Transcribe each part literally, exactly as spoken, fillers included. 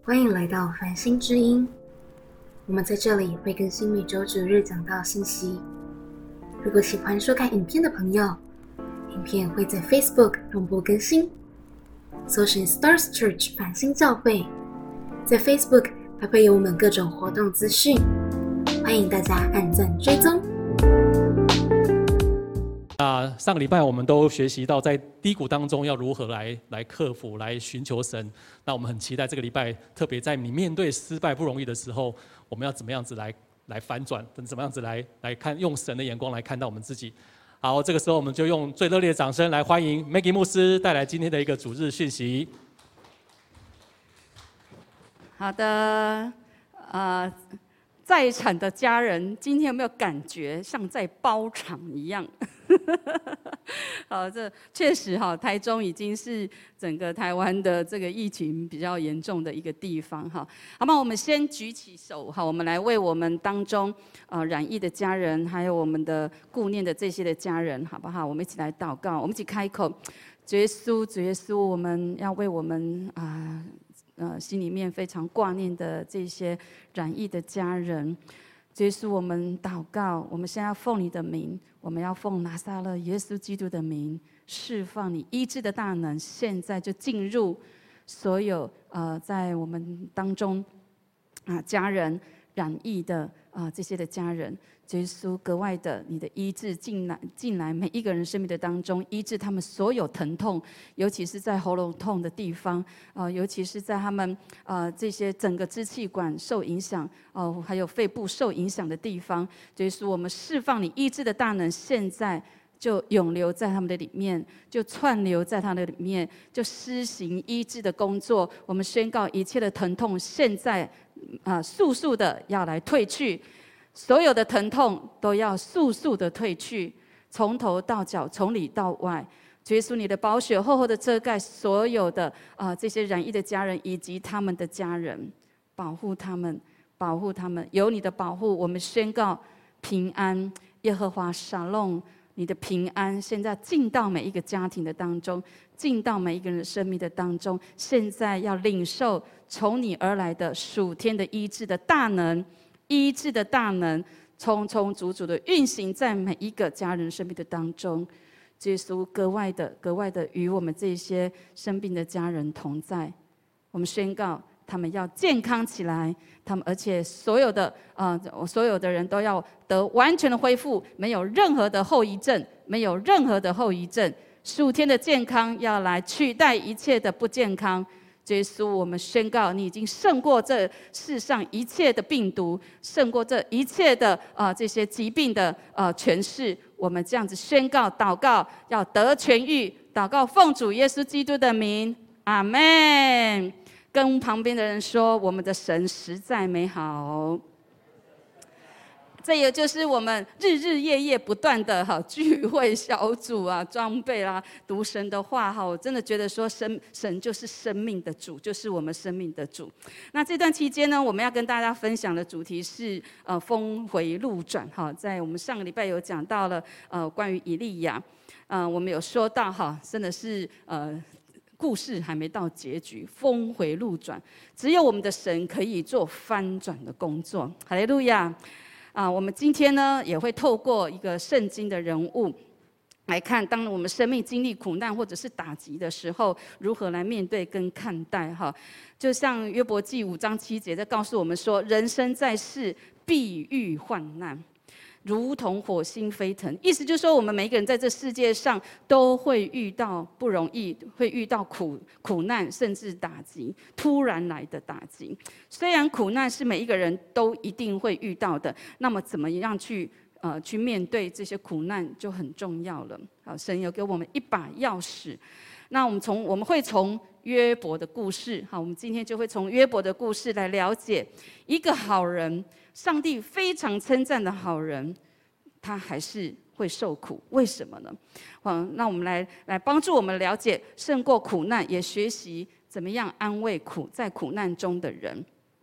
欢迎来到繁星之音，我们在这里会更新每周主日讲道信息。如果喜欢收看影片的朋友，影片会在 Facebook 同步更新，搜寻 Stars Church 繁星教会，在 Facebook 还会有我们各种活动资讯，欢迎大家按赞追踪。 那上个礼拜我们都学习到，在低谷当中要如何来来克服、来寻求神。那我们很期待这个礼拜，特别在你面对失败不容易的时候，我们要怎么样子来来反转，怎么样子来来看，用神的眼光来看到我们自己。好，这个时候我们就用最热烈的掌声来欢迎 Maggie 牧师带来今天的一个主日讯息。 好的，呃，在场的家人，今天有没有感觉像在包场一样？好，这确实哈，台中已经是整个台湾的这个疫情比较严重的一个地方哈。好吗？我们先举起手哈，我们来为我们当中呃染疫的家人，还有我们的顾念的这些的家人，好不好？我们一起来祷告，我们一起开口，主耶稣，主耶稣，我们要为我们啊呃, 呃心里面非常挂念的这些染疫的家人。主耶稣，我们祷告，我们现在要奉你的名，我们要奉拿撒勒耶稣基督的名，释放你医治的大能，现在就进入所有呃在我们当中啊、呃、家人染疫的啊、呃、这些的家人。主耶稣，格外的，你的医治进来，进来每一个人生命的当中，医治他们所有疼痛，尤其是在喉咙痛的地方，呃，尤其是在他们呃这些整个支气管受影响，哦、呃，还有肺部受影响的地方。主耶稣，我们释放你医治的大能，现在就永留在他们的里面，就串流在他们的里面，就施行医治的工作。我们宣告一切的疼痛，现在啊、呃、速速的要来退去。所有的疼痛都要速速的退去，从头到脚，从里到外。主耶稣，你的宝血厚厚的遮盖所有的啊、呃、这些染疫的家人以及他们的家人，保护他们，保护他们，有你的保护，我们宣告平安。耶和华沙龙，你的平安现在进到每一个家庭的当中，进到每一个人的生命的当中。现在要领受从你而来的属天的医治的大能。医治的大能充充足足的运行在每一个家人生命的当中。耶稣，格外的格外的与我们这些生病的家人同在。我们宣告他们要健康起来，他们而且所有的呃所有的人都要得完全的恢复，没有任何的后遗症，没有任何的后遗症。属天的健康要来取代一切的不健康。耶稣，我们宣告，你已经胜过这世上一切的病毒，胜过这一切的呃这些疾病的呃权势。我们这样子宣告、祷告，要得痊愈。祷告，奉主耶稣基督的名，阿们。跟旁边的人说，我们的神实在美好。这也就是我们日日夜夜不断的哈聚会小组啊、装备啦、读神的话哈，我真的觉得说神神就是生命的主，就是我们生命的主。那这段期间呢，我们要跟大家分享的主题是呃峰回路转哈。在我们上个礼拜有讲到了呃关于以利亚，呃我们有说到哈，真的是呃。故事还没到结局，峰回路转，只有我们的神可以做翻转的工作。哈利路亚！啊，我们今天呢也会透过一个圣经的人物来看，当我们生命经历苦难或者是打击的时候，如何来面对跟看待哈。就像约伯记五章七节在告诉我们说，人生在世必遇患难，如同火星飞腾。意思就是说，我们每一个人在这世界上都会遇到不容易，会遇到苦苦难，甚至打击，突然来的打击。虽然苦难是每一个人都一定会遇到的，那么怎么样去呃去面对这些苦难就很重要了。好，神有给我们一把钥匙。那我们从我们会从约伯的故事，好，我们今天就会从约伯的故事来了解一个好人。上帝非常称赞的好人，他还是会受苦，为什么呢？嗯，那我们来来帮助我们了解胜过苦难，也学习怎么样安慰苦在苦难中的人。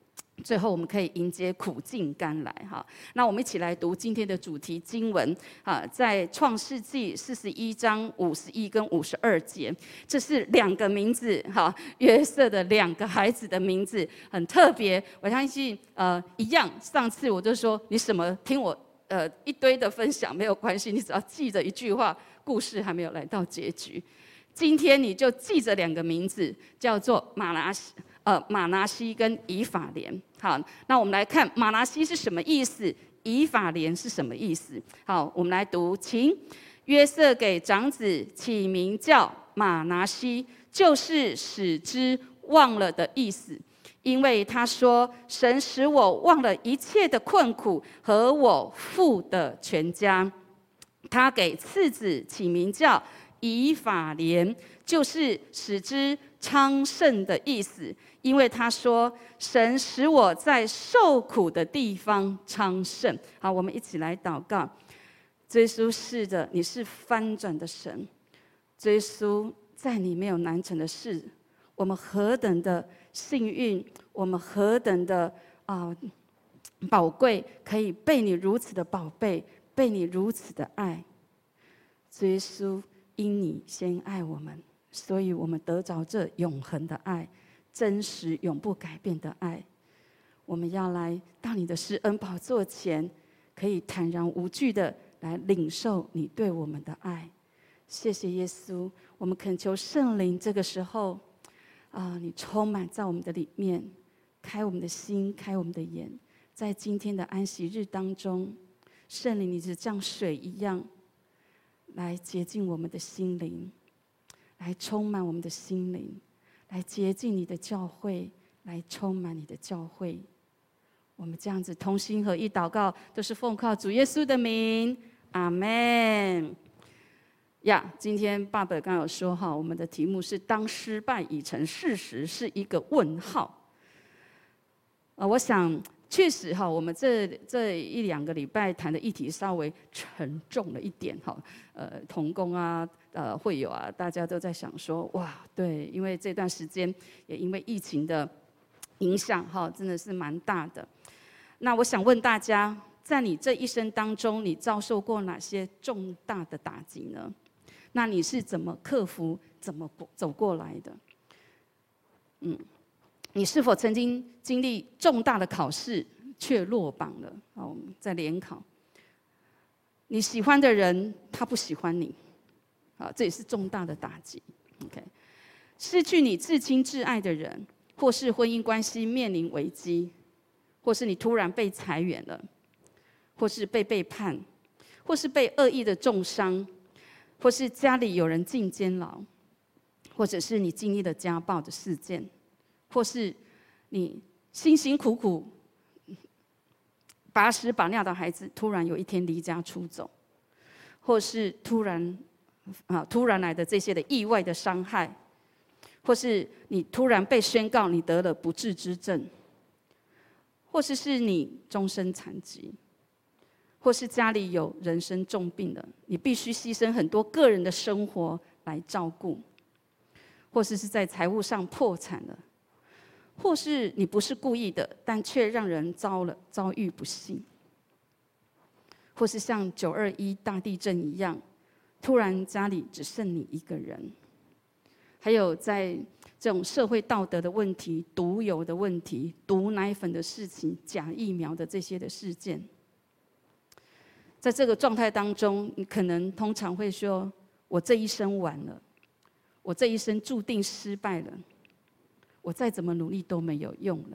最后我们可以迎接苦尽甘来哈。那我们一起来读今天的主题经文啊，在创世纪四十一章五十一跟五十二节，这是两个名字哈，约瑟的两个孩子的名字，很特别。我相信呃一样，上次我就说你什么听我呃一堆的分享没有关系，你只要记着一句话，故事还没有来到结局。今天你就记着两个名字，叫做马拿西。呃，马拿西跟以法莲。好，那我们来看马拿西是什么意思，以法莲是什么意思。好，我们来读，请约瑟给长子起名叫马拿西，就是使之忘了的意思。因为他说，神使我忘了一切的困苦和我父的全家。他给次子起名叫以法莲，就是使之昌盛的意思。因为他说，神使我在受苦的地方昌盛。好，我们一起来祷告。耶稣，是的，你是翻转的神。耶稣，在你没有难成的事。我们何等的幸运，我们何等的啊、呃、宝贵，可以被你如此的宝贝，被你如此的爱。耶稣，因你先爱我们，所以我们得着这永恒的爱。真实永不改变的爱，我们要来到你的施恩宝座前，可以坦然无惧的来领受你对我们的爱。谢谢耶稣，我们恳求圣灵，这个时候啊，你充满在我们的里面，开我们的心，开我们的眼，在今天的安息日当中，圣灵，你是像水一样来洁净我们的心灵，来充满我们的心灵。来接近你的教会，来充满你的教会。我们这样子同心合意祷告，都是奉靠主耶稣的名，阿们。呀，今天爸爸刚有说哈，我们的题目是当失败已成事实，是一个问号。呃，我想确实哈，我们这这一两个礼拜谈的议题稍微沉重了一点哈。呃，同工啊。呃，会有啊，大家都在想说，哇，对，因为这段时间也因为疫情的影响，哈，真的是蛮大的。那我想问大家，在你这一生当中，你遭受过哪些重大的打击呢？那你是怎么克服、怎么走过来的？嗯，你是否曾经经历重大的考试却落榜了？哦，在联考，你喜欢的人他不喜欢你。啊，这也是重大的打击。OK， 失去你至亲至爱的人，或是婚姻关系面临危机，或是你突然被裁员了，或是被背叛，或是被恶意的重伤，或是家里有人进监牢，或者是你经历了家暴的事件，或是你辛辛苦苦把屎把尿的孩子突然有一天离家出走，或是突然。啊，突然来的这些的意外的伤害，或是你突然被宣告你得了不治之症，或是是你终身残疾，或是家里有人生重病的，你必须牺牲很多个人的生活来照顾，或是是在财务上破产了，或是你不是故意的，但却让人遭了遭遇不幸，或是像九二一大地震一样。突然家里只剩你一个人，还有在这种社会道德的问题、毒油的问题、毒奶粉的事情、假疫苗的这些的事件，在这个状态当中，你可能通常会说：“我这一生完了，我这一生注定失败了，我再怎么努力都没有用了。”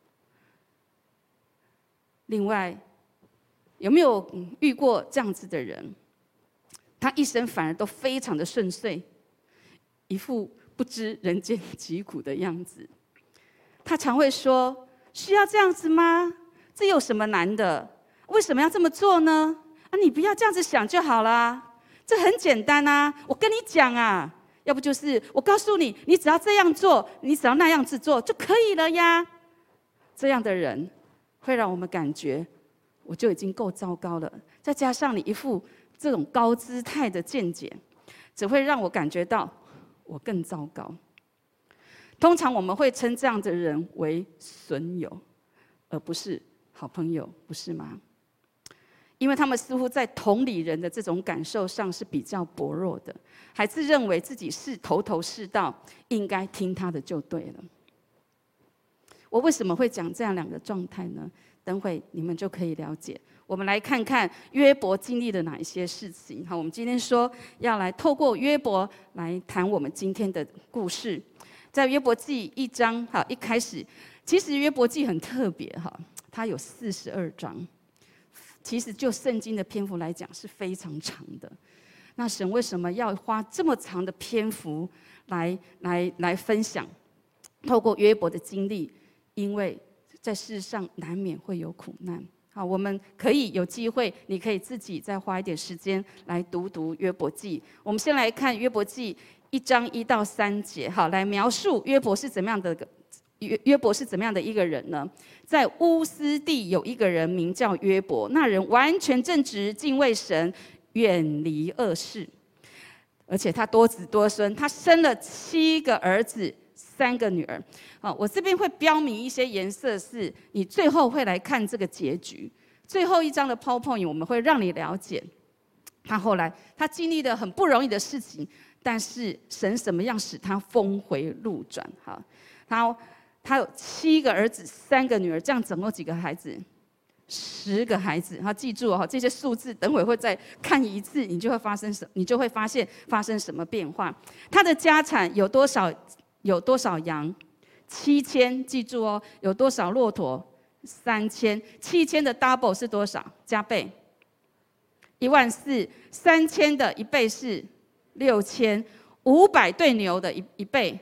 另外，有没有遇过这样子的人？他一生反而都非常的顺遂，一副不知人间疾苦的样子。他常会说：“需要这样子吗？这有什么难的？为什么要这么做呢？啊，你不要这样子想就好啦，这很简单啊！我跟你讲啊，要不就是我告诉你，你只要这样做，你只要那样子做就可以了呀。”这样的人会让我们感觉，我就已经够糟糕了，再加上你一副这种高姿态的见解，只会让我感觉到我更糟糕。通常我们会称这样的人为损友， 而不是好朋友，不是吗？因为他们似乎在同理人的这种感受上是比较薄弱的，还自认为自己是头头是道，应该听他的就对了。我为什么会讲这样两个状态呢？等会你们就可以了解。我们来看看约伯经历了哪一些事情。好，我们今天说要来透过约伯来谈我们今天的故事。在约伯记一章，好，一开始，其实约伯记很特别哈，它有四十二章。其实就圣经的篇幅来讲是非常长的，那神为什么要花这么长的篇幅来来来分享？透过约伯的经历，因为在世上难免会有苦难。好，我们可以有机会，你可以自己再花一点时间来读读约伯记。我们先来看约伯记一章一到三节，好，来描述约伯是怎么样的。约约伯是怎么样的一个人呢？在乌斯地有一个人名叫约伯，那人完全正直，敬畏神，远离恶事，而且他多子多孙，他生了七个儿子，三个女儿。啊，我这边会标明一些颜色，是你最后会来看这个结局。最后一章的 PowerPoint 我们会让你了解，他后来他经历了很不容易的事情，但是神怎么样使他峰回路转？哈，他。他有七个儿子，三个女儿，这样总共几个孩子？十个孩子。好，记住哦，这些数字等会会再看一次，你就会发生什，你就会发现发生什么变化。他的家产有多少？有多少羊？七千。记住哦，有多少骆驼？三千。七千的 double 是多少？加倍。一万四。三千的一倍是六千。五百对牛的一一倍。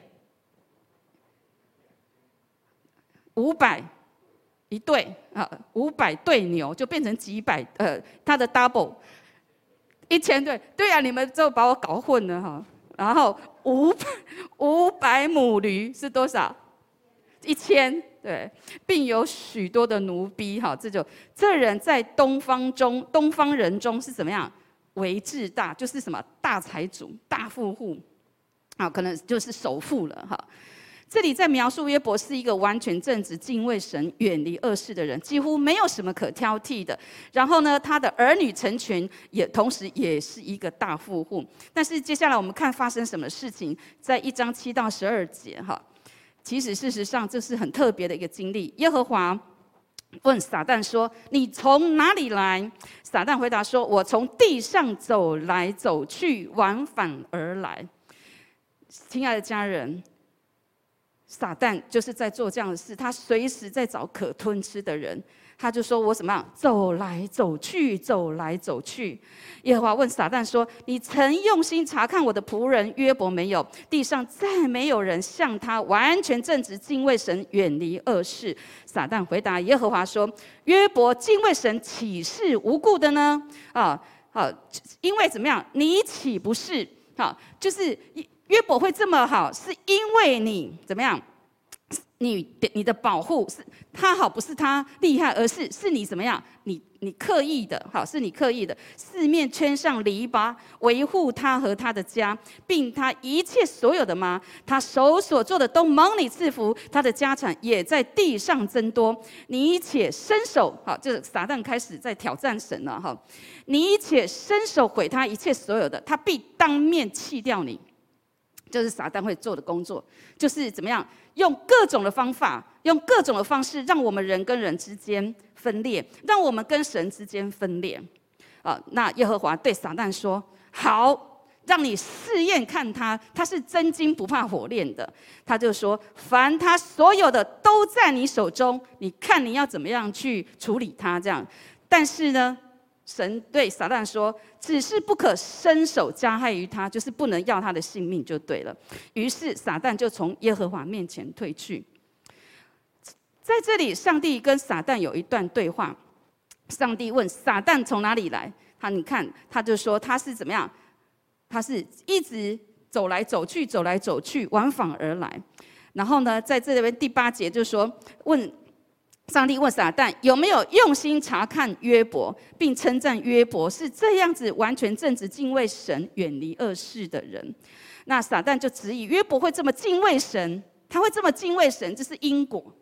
五百一对啊，五百对牛就变成几百，呃，它的 double 一千对，对啊，你们就把我搞混了哈。然后五百五百母驴是多少？一千，对，并有许多的奴婢哈。这就这人在东方中，东方人中是怎么样？为至大，就是什么大财主、大富户，啊，可能就是首富了哈。这里在描述约伯是一个完全正直、敬畏神、远离恶事的人，几乎没有什么可挑剔的。然后呢，他的儿女成群，也同时也是一个大富户。但是接下来我们看发生什么事情，在一章七到十二节哈。其实事实上这是很特别的一个经历。耶和华问撒旦说：“你从哪里来？”撒旦回答说：“我从地上走来走去，往返而来。”亲爱的家人。撒旦就是在做这样的事，他随时在找可吞吃的人。他就说：“我怎么样走来走去，走来走去。”耶和华问撒旦说：“你曾用心查看我的仆人约伯没有？地上再没有人像他完全正直，敬畏神，远离恶事。”撒旦回答耶和华说：“约伯敬畏神，岂是无故的呢？啊，好，因为怎么样？你岂不是好？就是。”约伯会这么好，是因为你怎么样？你你的保护是他好，不是他厉害，而是是你怎么样？你你刻意的，好，是你刻意的，四面圈上篱笆，维护他和他的家，并他一切所有的吗？他手所做的都蒙你赐福，他的家产也在地上增多。你且伸手，好，就是撒旦开始在挑战神了，哈！你且伸手毁他一切所有的，他必当面弃掉你。就是撒旦会做的工作，就是怎么样用各种的方法，用各种的方式，让我们人跟人之间分裂，让我们跟神之间分裂。啊，那耶和华对撒旦说：“好，让你试验看他，他是真金不怕火炼的。”他就说：“凡他所有的都在你手中，你看你要怎么样去处理他这样。但是呢，神对撒旦说：“只是不可伸手加害于他，就是不能要他的性命就对了。”于是撒旦就从耶和华面前退去。在这里，上帝跟撒旦有一段对话。上帝问撒旦从哪里来？他你看，他就说他是怎么样？他是一直走来走去，走来走去，往返而来。然后呢，在这边第八节就说问。上帝问撒旦有没有用心查看约伯，并称赞约伯是这样子完全正直、敬畏神、远离恶事的人。那撒旦就质疑约伯会这么敬畏神，他会这么敬畏神，这是因果。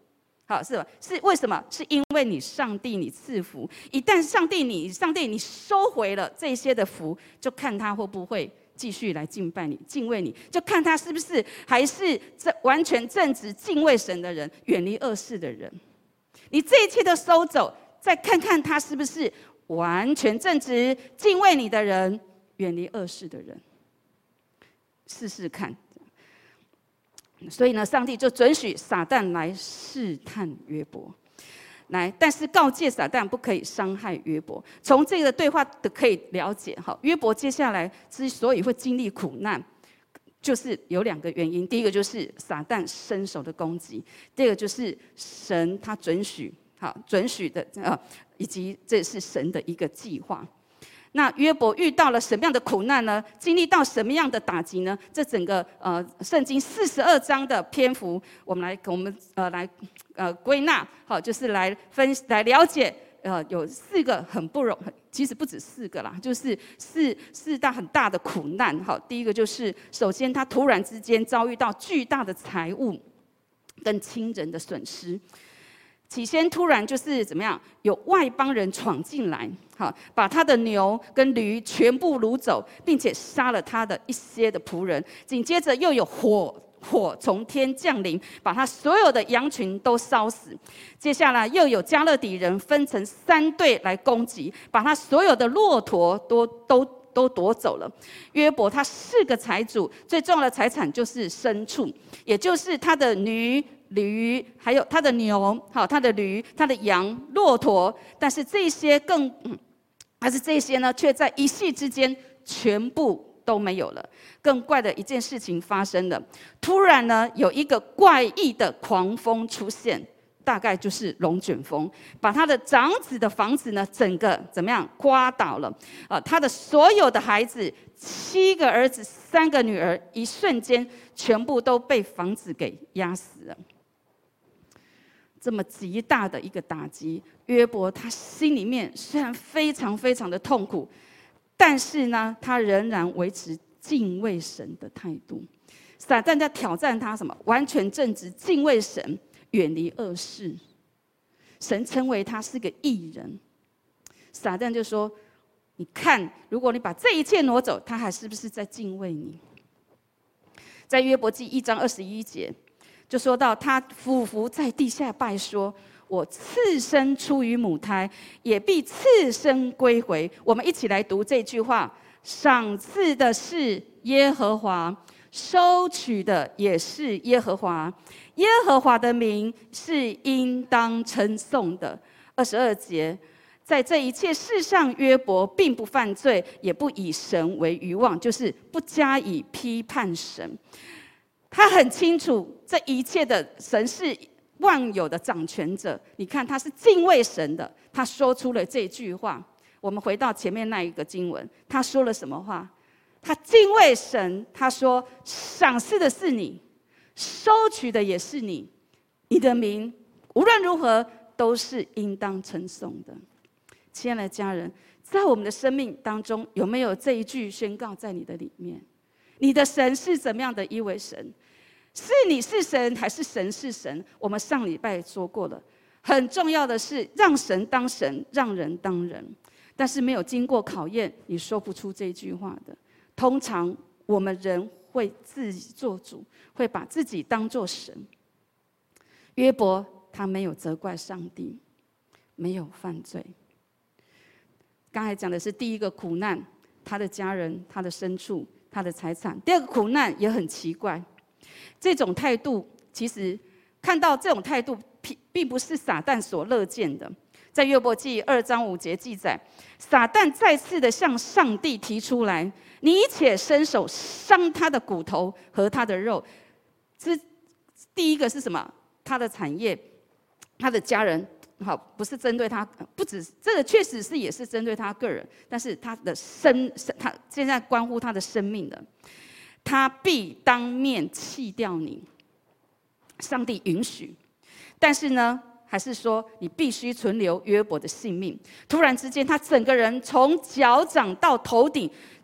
好，是吧？是为什么？是因为你上帝你赐福，一旦上帝你上帝你收回了这些的福，就看他会不会继续来敬拜你、敬畏你，就看他是不是还是这完全正直、敬畏神的人，远离恶事的人。你这一切都收走，再看看他是不是完全正直、敬畏你的人，远离恶事的人。试试看。所以呢，上帝就准许撒旦来试探约伯。来，但是告诫撒旦不可以伤害约伯。从这个对话的可以了解，哈，约伯接下来之所以会经历苦难，就是有两个原因。第一个就是撒旦伸手的攻击，第二个就是神他准许，好准许的，呃，以及这是神的一个计划。那约伯遇到了什么样的苦难呢？经历到什么样的打击呢？这整个呃圣经四十二章的篇幅，我们来我们呃来呃归纳，好，就是来分来了解，呃有四个很不容，其实不止四个啦，就是四四大很大的苦难。好，第一个就是首先他突然之间遭遇到巨大的财物跟亲人的损失。起先突然就是怎么样，有外邦人闯进来，好，把他的牛跟驴全部掳走，并且杀了他的一些的仆人。紧接着又有火火从天降临，把他所有的羊群都烧死。接下来又有加勒底人分成三队来攻击，把他所有的骆驼都都都夺走了。约伯他是个财主，最重要的财产就是牲畜，也就是他的驴。驴，还有他的牛，好，他的驴，他的羊，骆驼，但是这些更，嗯，但是这些呢，却在一夕之间全部都没有了。更怪的一件事情发生了，突然呢，有一个怪异的狂风出现，大概就是龙卷风，把他的长子的房子呢，整个怎么样刮倒了？啊，他的所有的孩子，七个儿子，三个女儿，一瞬间全部都被房子给压死了。这么极大的一个打击，约伯他心里面虽然非常非常的痛苦，但是呢，他仍然维持敬畏神的态度。撒旦在挑战他什么？完全正直，敬畏神，远离恶事。神称为他是个义人。撒旦就说：“你看，如果你把这一切挪走，他还是不是在敬畏你？”在约伯记一章二十一节。就说到他俯伏在地下拜说：“我次生出于母胎，也必次生归回。”我们一起来读这句话：赏赐的是耶和华，收取的也是耶和华。耶和华的名是应当称颂的。二十二节，在这一切事上，约伯并不犯罪，也不以神为愚妄，就是不加以批判神。他很清楚这一切的神是万有的掌权者。你看他是敬畏神的，他说出了这句话。我们回到前面那一个经文，他说了什么话？他敬畏神，他说赏赐的是你，收取的也是你，你的名无论如何都是应当称颂的。亲爱的家人，在我们的生命当中，有没有这一句宣告在你的里面？你的神是怎么样的一位神？是你是神，还是神是神？我们上礼拜说过了，很重要的是让神当神，让人当人。但是没有经过考验，你说不出这句话的。通常我们人会自己做主，会把自己当作神。约伯他没有责怪上帝，没有犯罪。刚才讲的是第一个苦难，他的家人，他的牲畜，他的财产。第二个苦难也很奇怪，这种态度其实看到这种态度，并不是撒旦所乐见的。在约伯记二章五节记载，撒旦再次的向上帝提出来：“你且伸手伤他的骨头和他的肉。”这第一个是什么？他的产业，他的家人。好，不是针对他，不止这个确实是也是针对他个人，但是他的生，他现在关乎他的生命的，他必当面弃掉你。上帝允许，但是呢，还是说你必须存留约伯的性命。突然之间，他整个人从脚掌到头顶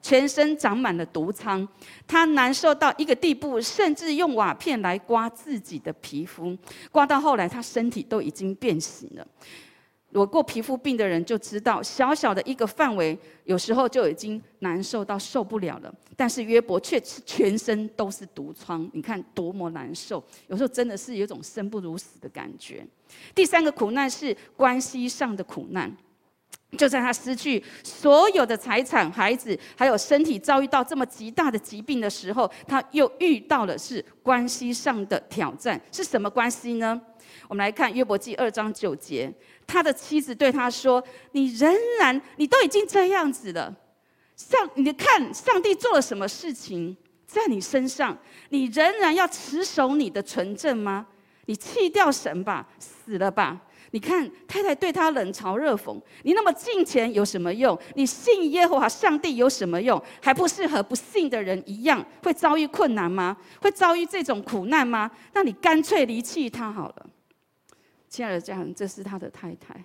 全身长满了毒疮，他难受到一个地步，甚至用瓦片来刮自己的皮肤，刮到后来他身体都已经变形了。有过皮肤病的人就知道，小小的一个范围，有时候就已经难受到受不了了。但是约伯却全身都是毒疮，你看多么难受！有时候真的是有一种生不如死的感觉。第三个苦难是关系上的苦难，就在他失去所有的财产、孩子，还有身体遭遇到这么极大的疾病的时候，他又遇到的是关系上的挑战。是什么关系呢？我们来看约伯记二章九节，他的妻子对他说：“你仍然，你都已经这样子了，上你看上帝做了什么事情在你身上？你仍然要持守你的纯正吗？你弃掉神吧，死了吧！你看太太对他冷嘲热讽，你那么敬虔有什么用？你信耶和华上帝有什么用？还不是和不信的人一样，会遭遇困难吗？会遭遇这种苦难吗？那你干脆离弃他好了。”亲爱的家人，这是他的太太。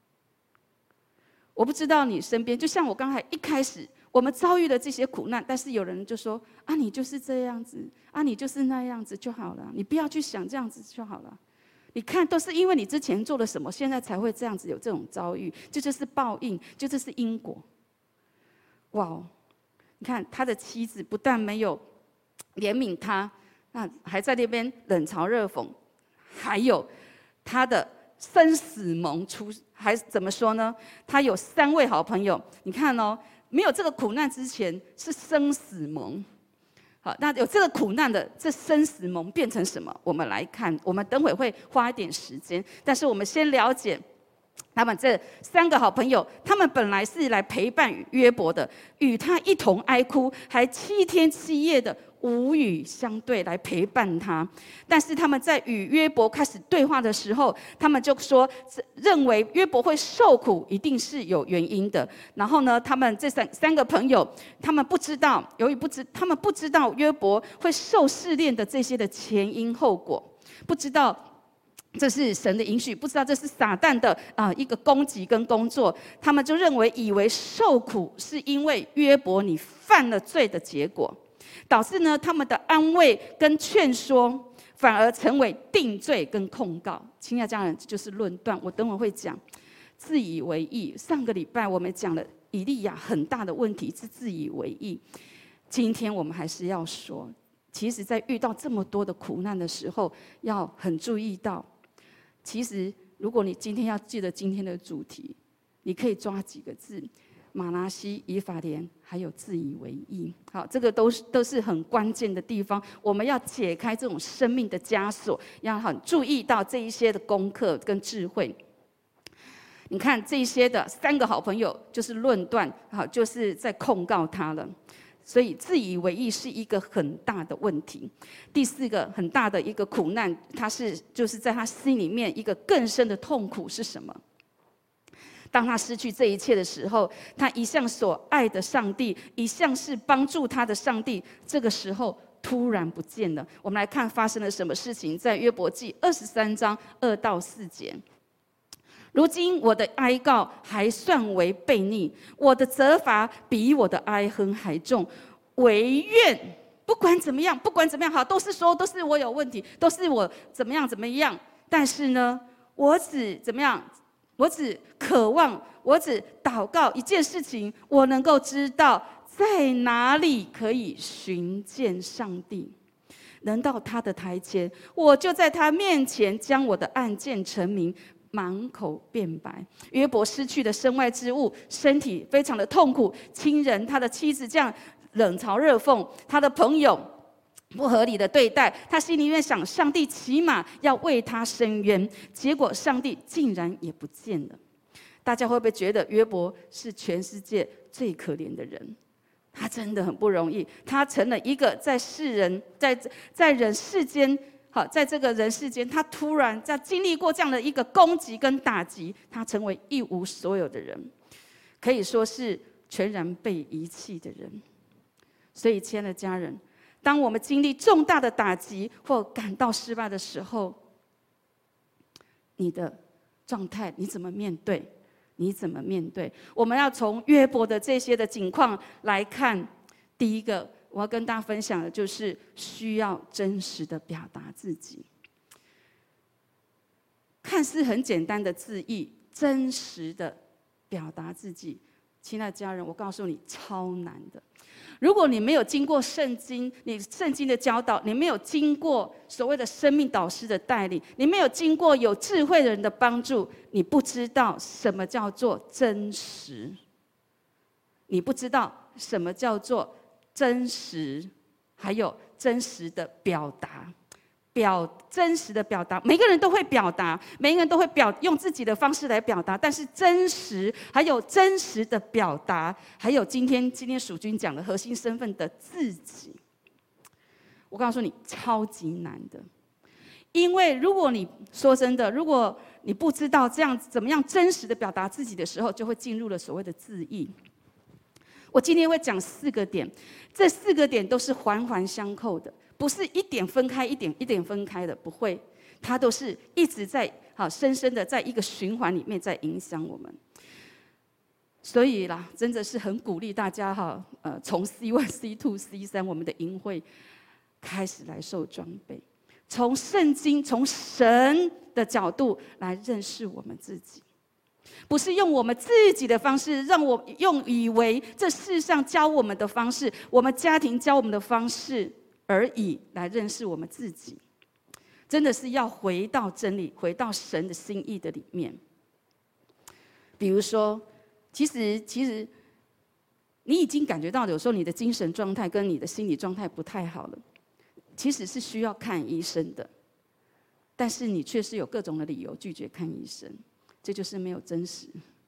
我不知道你身边，就像我刚才一开始，我们遭遇了这些苦难，但是有人就说：“啊，你就是这样子，啊，你就是那样子就好了，你不要去想这样子就好了。”你看，都是因为你之前做了什么，现在才会这样子有这种遭遇，这就是报应，就这是因果。哇哦！你看他的妻子不但没有怜悯他，那还在那边冷嘲热讽，还有他的生死盟出，还怎么说呢？他有三位好朋友，你看哦，没有这个苦难之前是生死盟。好，那有这个苦难的这生死盟变成什么？我们来看，我们等会会花一点时间，但是我们先了解他们这三个好朋友，他们本来是来陪伴约伯的，与他一同哀哭，还七天七夜的无语相对来陪伴他。但是他们在与约伯开始对话的时候，他们就说认为约伯会受苦一定是有原因的。然后呢，他们这三三个朋友，他们不知道，由于不知他们不知道约伯会受试炼的这些的前因后果，不知道这是神的允许，不知道这是撒旦的啊、呃、一个攻击跟工作，他们就认为以为受苦是因为约伯你犯了罪的结果，导致呢他们的安慰跟劝说反而成为定罪跟控告。亲爱的家人，这就是论断。我等会会讲自以为义。上个礼拜我们讲了以利亚很大的问题是自以为义，今天我们还是要说，其实在遇到这么多的苦难的时候，要很注意到，其实如果你今天要记得今天的主题，你可以抓几个字：马拿西、以法莲，还有自以为义。好，这个都是都是很关键的地方。我们要解开这种生命的枷锁，要很注意到这一些的功课跟智慧。你看这些的三个好朋友，就是论断，好，就是在控告他了。所以自以为义是一个很大的问题。第四个很大的一个苦难，他是就是在他心里面一个更深的痛苦是什么？当他失去这一切的时候，他一向所爱的上帝，一向是帮助他的上帝，这个时候突然不见了。我们来看发生了什么事情，在约伯记二十三章二到四节。如今我的哀告还算为悖逆，我的责罚比我的哀哼还重。惟愿不管怎么样，不管怎么样，好，都是说都是我有问题，都是我怎么样怎么样。但是呢，我只怎么样？我只渴望，我只祷告一件事情，我能够知道在哪里可以寻见上帝。能到他的台前，我就在他面前将我的案件陈明，满口辩白。约伯失去了身外之物，身体非常的痛苦，亲人他的妻子这样冷嘲热讽，他的朋友不合理的对待，他心里面想，上帝起码要为他伸冤，结果上帝竟然也不见了。大家会不会觉得约伯是全世界最可怜的人？他真的很不容易，他成了一个在世人在在人世间，好，在这个人世间，他突然在经历过这样的一个攻击跟打击，他成为一无所有的人，可以说是全然被遗弃的人。所以，亲爱的家人，当我们经历重大的打击或感到失败的时候，你的状态你怎么面对？ 你怎么面对？我们要从约伯的这些的景况来看。第一个，我要跟大家分享的就是需要真实的表达自己。看似很简单的字义，真实的表达自己，亲爱的家人，我告诉你，超难的。如果你没有经过圣经，你圣经的教导，你没有经过所谓的生命导师的带领，你没有经过有智慧的人的帮助，你不知道什么叫做真实，你不知道什么叫做真实，还有真实的表达。表真实的表达，每个人都会表达，每个人都会表用自己的方式来表达，但是真实，还有真实的表达，还有今天今天蜀君讲的核心身份的自己，我告诉你，超级难的。因为如果你说真的，如果你不知道这样怎么样真实的表达自己的时候，就会进入了所谓的字义。我今天会讲四个点，这四个点都是环环相扣的。不是一点分开一点一点分开的，不会，它都是一直在好深深的在一个循环里面在影响我们。所以啦，真的是很鼓励大家哈，呃，从 C 一 C 二 C 三 我们的营会开始来受装备，从圣经从神的角度来认识我们自己，不是用我们自己的方式，让我用以为这世上教我们的方式，我们家庭教我们的方式而已来认识我们自己，真的是要回到真理，回到神的心意的里面。比如说，其实其实你已经感觉到，有时候你的精神状态跟你的心理状态不太好了，其实是需要看医生的，但是你却是有各种的理由拒绝看医生，这就是没有真实。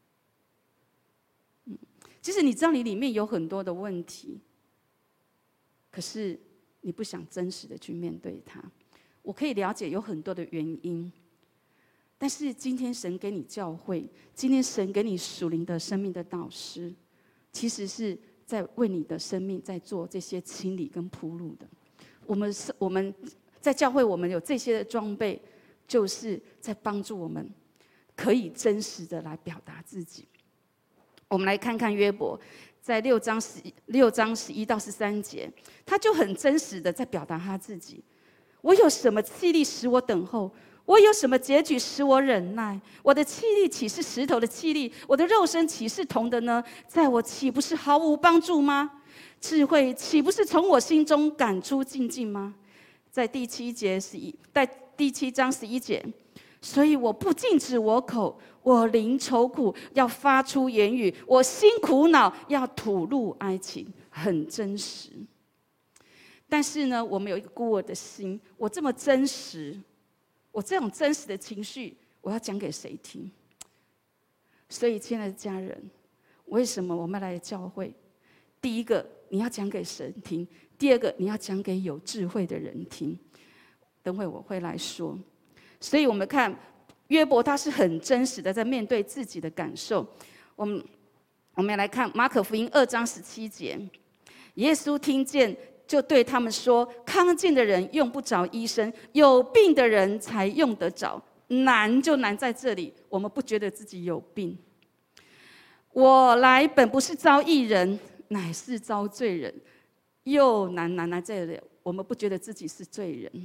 嗯，其实你知道你里面有很多的问题，可是你不想真实的去面对它。我可以了解有很多的原因，但是今天神给你教会，今天神给你属灵的生命的导师，其实是在为你的生命在做这些清理跟铺路的。我们是我们在教会，我们有这些的装备，就是在帮助我们可以真实的来表达自己。我们来看看约伯。在六章十六章十一到十三节，他就很真实的在表达他自己。我有什么气力使我等候？我有什么结局使我忍耐？我的气力岂是石头的气力？我的肉身岂是铜的呢？在我岂不是毫无帮助吗？智慧岂不是从我心中赶出净尽吗？在第七节十一，在第七章十一节。所以我不禁止我口，我灵愁苦，要发出言语；我心苦恼，要吐露哀情，很真实。但是呢，我们有一个孤儿的心，我这么真实，我这种真实的情绪，我要讲给谁听？所以，亲爱的家人，为什么我们来教会？第一个，你要讲给神听；第二个，你要讲给有智慧的人听。等会我会来说。所以我们看约伯，他是很真实的在面对自己的感受。我们我们来看马可福音二章十七节，耶稣听见就对他们说：“康健的人用不着医生，有病的人才用得着。”难就难在这里，我们不觉得自己有病。我来本不是招义人，乃是招罪人。又难难在这里，我们不觉得自己是罪人。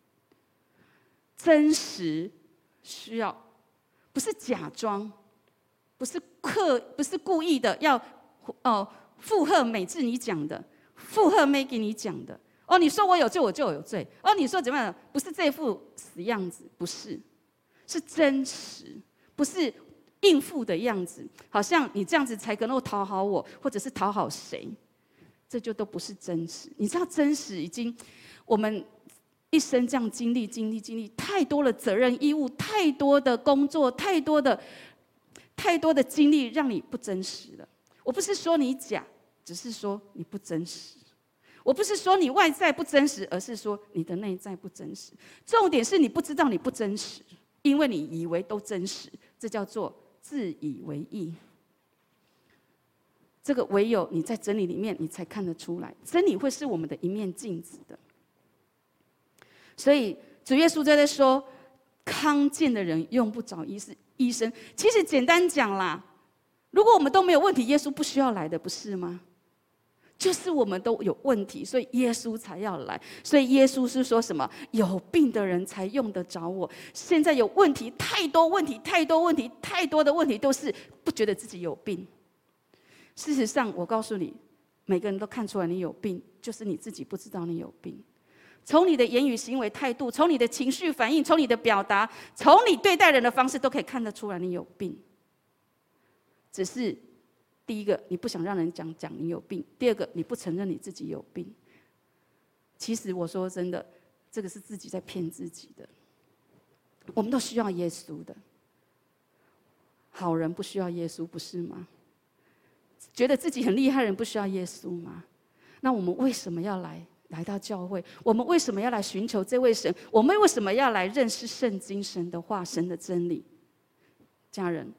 真实需要，不是假装，不是刻，不是故意的要哦附和美智你讲的，附和 Maggie 你讲的。哦，你说我有罪，我就有罪。哦，你说怎么样？不是这副死样子，不是，是真实，不是应付的样子，好像你这样子才能够讨好我，或者是讨好谁，这就都不是真实。你知道，真实已经我们。一生这样经历、经历、经历，太多的责任义务，太多的工作，太多的、太多的经历，让你不真实了。我不是说你假，只是说你不真实。我不是说你外在不真实，而是说你的内在不真实。重点是你不知道你不真实，因为你以为都真实，这叫做自以为意。这个唯有你在真理里面，你才看得出来，真理会是我们的一面镜子的。所以主耶稣在这说，康健的人用不着医师， 医生。其实简单讲啦，如果我们都没有问题，耶稣不需要来的，不是吗？就是我们都有问题，所以耶稣才要来。所以耶稣是说什么？有病的人才用得着我。现在有问题，太多问题，太多问题，太多的问题都是不觉得自己有病。事实上，我告诉你，每个人都看出来你有病，就是你自己不知道你有病。从你的言语、行为、态度，从你的情绪反应，从你的表达，从你对待人的方式，都可以看得出来你有病。只是第一个，你不想让人讲讲你有病；第二个，你不承认你自己有病。其实我说真的，这个是自己在骗自己的。我们都需要耶稣的，好人不需要耶稣，不是吗？觉得自己很厉害的人不需要耶稣吗？那我们为什么要来来到教会？我们为什么要来寻求这位神？我们为什么要来认识圣经、神的话、神的真理？家人，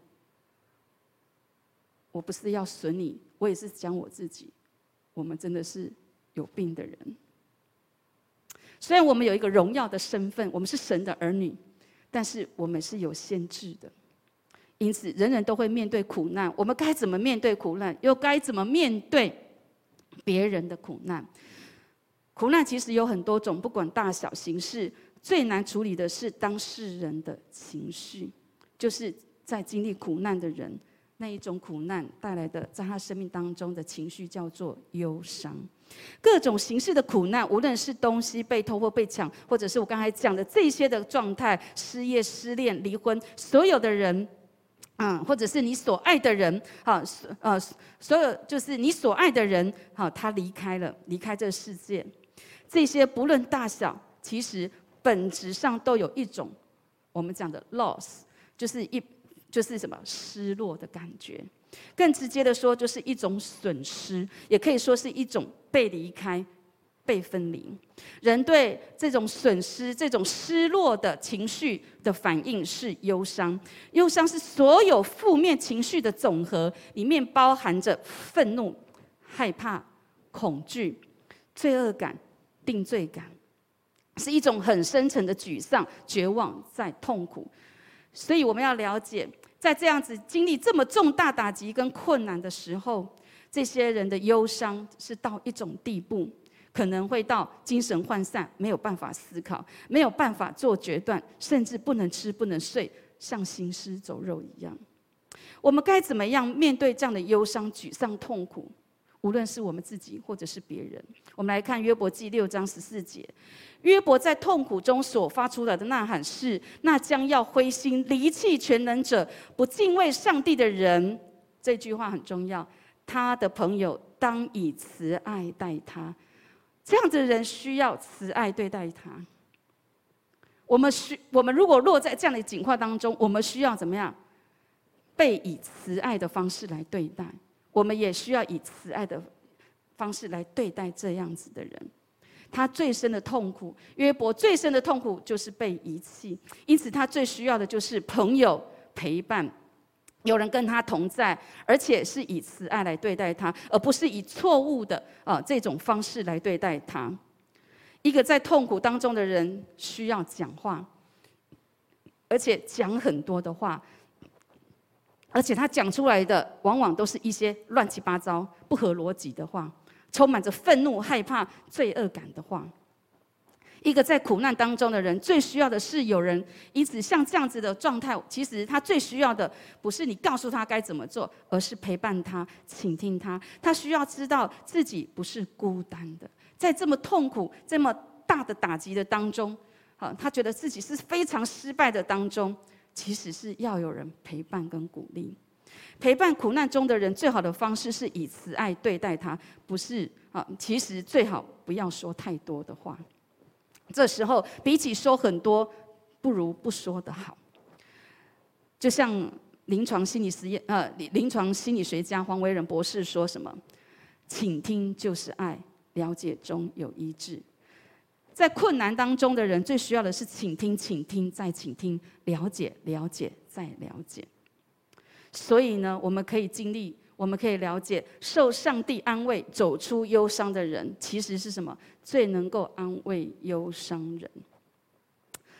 我不是要损你，我也是讲我自己。我们真的是有病的人。虽然我们有一个荣耀的身份，我们是神的儿女，但是我们是有限制的。因此，人人都会面对苦难。我们该怎么面对苦难？又该怎么面对别人的苦难？苦难其实有很多种，不管大小形式，最难处理的是当事人的情绪，就是在经历苦难的人，那一种苦难带来的，在他生命当中的情绪叫做忧伤。各种形式的苦难，无论是东西被偷或被抢，或者是我刚才讲的这些的状态，失业、失恋、离婚，所有的人。嗯，或者是你所爱的人，好，呃，所有就是你所爱的人，好，他离开了，离开这个世界，这些不论大小，其实本质上都有一种我们讲的 loss， 就是一就是什么失落的感觉。更直接的说，就是一种损失，也可以说是一种被离开。被分离，人对这种损失、这种失落的情绪的反应是忧伤。忧伤是所有负面情绪的总和，里面包含着愤怒、害怕、恐惧、罪恶感、定罪感，是一种很深沉的沮丧、绝望，在痛苦。所以我们要了解，在这样子经历这么重大打击跟困难的时候，这些人的忧伤是到一种地步。可能会到精神涣散，没有办法思考，没有办法做决断，甚至不能吃不能睡，像行尸走肉一样。我们该怎么样面对这样的忧伤、沮丧、痛苦？无论是我们自己或者是别人。我们来看约伯记六章十四节，约伯在痛苦中所发出来的呐喊是：那将要灰心离弃全能者、不敬畏上帝的人。这句话很重要，他的朋友当以慈爱待他。这样子的人需要慈爱对待他。我们需，我们如果落在这样的境况当中，我们需要怎么样？被以慈爱的方式来对待。我们也需要以慈爱的方式来对待这样子的人。他最深的痛苦，约伯最深的痛苦就是被遗弃，因此他最需要的就是朋友陪伴。有人跟他同在，而且是以慈爱来对待他，而不是以错误的啊这种方式来对待他。一个在痛苦当中的人需要讲话，而且讲很多的话，而且他讲出来的往往都是一些乱七八糟、不合逻辑的话，充满着愤怒、害怕、罪恶感的话。一个在苦难当中的人，最需要的是有人。因此，像这样子的状态，其实他最需要的不是你告诉他该怎么做，而是陪伴他、倾听他。他需要知道自己不是孤单的，在这么痛苦、这么大的打击的当中，好，他觉得自己是非常失败的当中，其实是要有人陪伴跟鼓励。陪伴苦难中的人，最好的方式是以慈爱对待他，不是啊。其实最好不要说太多的话。这时候，比起说很多，不如不说的好。就像临床心理实验，呃，临床心理学家黄维仁博士说什么：“倾听就是爱，了解中有医治。”在困难当中的人，最需要的是倾听，倾听再倾听，了解，了解再了解。所以呢，我们可以经历。我们可以了解，受上帝安慰、走出忧伤的人，其实是什么？最能够安慰忧伤人。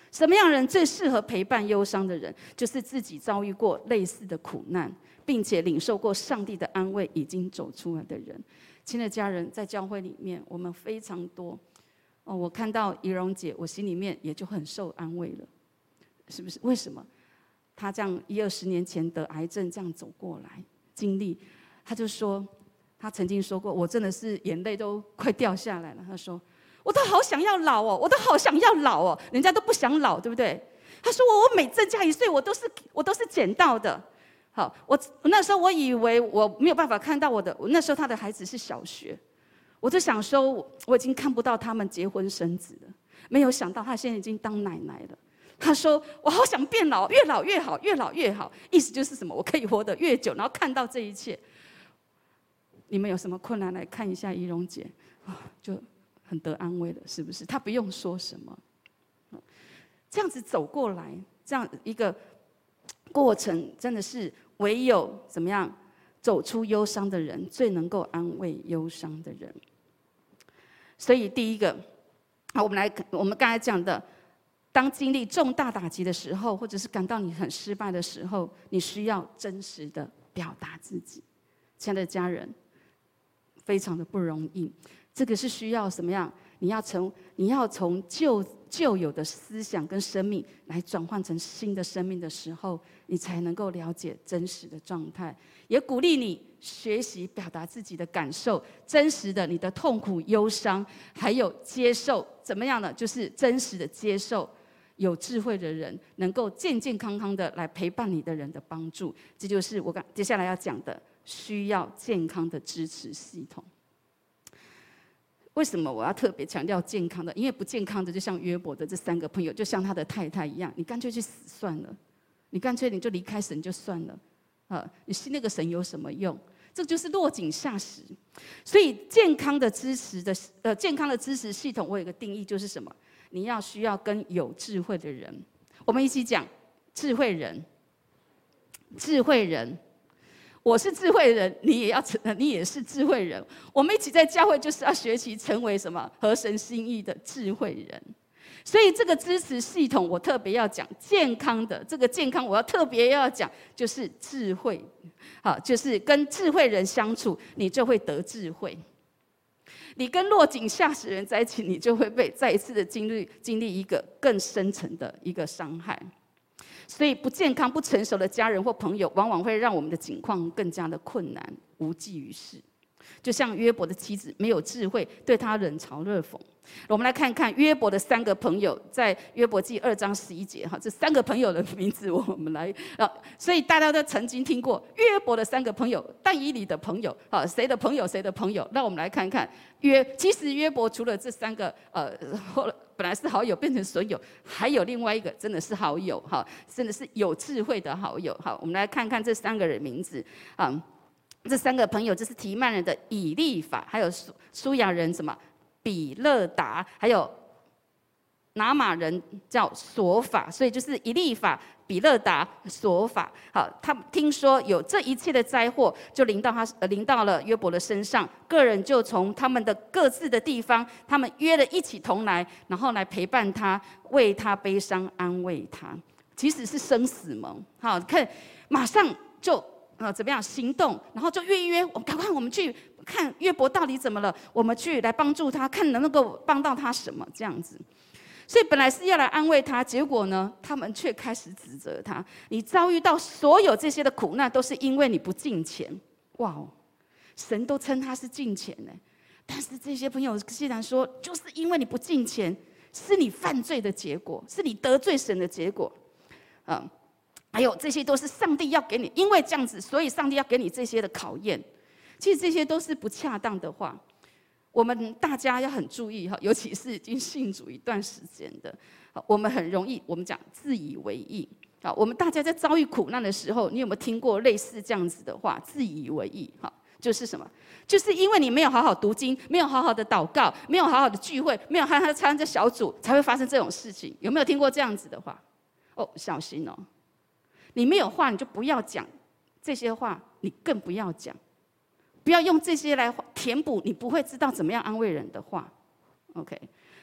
什么样的人最适合陪伴忧伤的人？就是自己遭遇过类似的苦难，并且领受过上帝的安慰，已经走出来的人。亲爱的家人，在教会里面，我们非常多。哦，我看到怡蓉姐，我心里面也就很受安慰了，是不是？为什么？她这样一二十年前得癌症，这样走过来，经历，她就说，她曾经说过，我真的是眼泪都快掉下来了。她说，我都好想要老哦，我都好想要老哦，人家都不想老，对不对？她说我我每增加一岁，我都是我都是捡到的。好，我那时候我以为我没有办法看到我的，我那时候她的孩子是小学。我就想说，我已经看不到他们结婚生子了，没有想到他现在已经当奶奶了。他说：“我好想变老，越老越好，越老越好。”意思就是什么？我可以活得越久，然后看到这一切。你们有什么困难来看一下怡蓉姐啊，就很得安慰了，是不是？她不用说什么，这样子走过来，这样一个过程，真的是唯有怎么样？走出忧伤的人，最能够安慰忧伤的人。所以，第一个，好，我们来，我们刚才讲的，当经历重大打击的时候，或者是感到你很失败的时候，你需要真实的表达自己。亲爱的家人，非常的不容易。这个是需要什么样？你要从你要从旧旧有的思想跟生命来转换成新的生命的时候，你才能够了解真实的状态。也鼓励你学习表达自己的感受，真实的你的痛苦、忧伤，还有接受怎么样呢？就是真实的接受有智慧的人，能够健健康康的来陪伴你的人的帮助。这就是我刚接下来要讲的，需要健康的支持系统。为什么我要特别强调健康的？因为不健康的，就像约伯的这三个朋友，就像他的太太一样，你干脆去死算了，你干脆你就离开神就算了，啊，你信那个神有什么用？这就是落井下石。所以健康的支持的呃健康的支持系统，我有一个定义，就是什么？你要需要跟有智慧的人，我们一起讲智慧人，智慧人。我是智慧人，你也要成，你也是智慧人。我们一起在教会，就是要学习成为什么合神心意的智慧人。所以这个支持系统，我特别要讲健康的。这个健康，我要特别要讲，就是智慧。好，就是跟智慧人相处，你就会得智慧。你跟落井下石人在一起，你就会被再一次的经历经历一个更深层的一个伤害。所以不健康、不成熟的家人或朋友，往往会让我们的境况更加的困难，无济于事。就像约伯的妻子没有智慧，对他冷嘲热讽。我们来看看约伯的三个朋友，在约伯记二章十一节哈，这三个朋友的名字，我们来啊，所以大家都曾经听过约伯的三个朋友，但以理的朋友，啊，谁的朋友，谁的朋友？那我们来看看约，其实约伯除了这三个，呃，后来本来是好友变成损友，还有另外一个真的是好友哈，真的是有智慧的好友。好，我们来看看这三个人名字啊，这三个朋友就是提曼人的以利法，还有苏苏亚人什么？比勒达，还有拿马人叫索法，所以就是以利法、比勒达、索法。好，他们听说有这一切的灾祸，就临到他，呃，临到了约伯的身上。个人就从他们的各自的地方，他们约了一起同来，然后来陪伴他，为他悲伤，安慰他。其实是生死盟。好，看马上就呃怎么样行动，然后就约一约，我赶快我们去。看约伯到底怎么了，我们去来帮助他，看能不能够帮到他什么这样子。所以本来是要来安慰他，结果呢，他们却开始指责他。你遭遇到所有这些的苦难，都是因为你不敬虔。哇哦，神都称他是敬虔呢，但是这些朋友既然说，就是因为你不敬虔，是你犯罪的结果，是你得罪神的结果。嗯，还有这些都是上帝要给你，因为这样子，所以上帝要给你这些的考验。其实这些都是不恰当的话，我们大家要很注意哈，尤其是已经信主一段时间的，我们很容易我们讲自以为意啊。我们大家在遭遇苦难的时候，你有没有听过类似这样子的话？自以为意哈，就是什么？就是因为你没有好好读经，没有好好的祷告，没有好好的聚会，没有好好的参加小组，才会发生这种事情。有没有听过这样子的话？哦，小心哦！你没有话，你就不要讲这些话，你更不要讲。不要用这些来填补你不会知道怎么样安慰人的话 ，OK？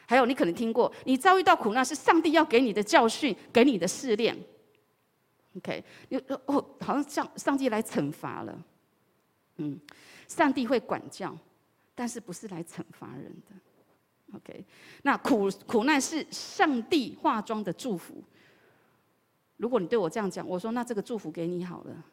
还有你可能听过，你遭遇到苦难是上帝要给你的教训，给你的试炼。OK， 哦，好像上上帝来惩罚了。嗯，上帝会管教，但是不是来惩罚人的。OK， 那苦苦难是上帝化妆的祝福。如果你对我这样讲，我说那这个祝福给你好了。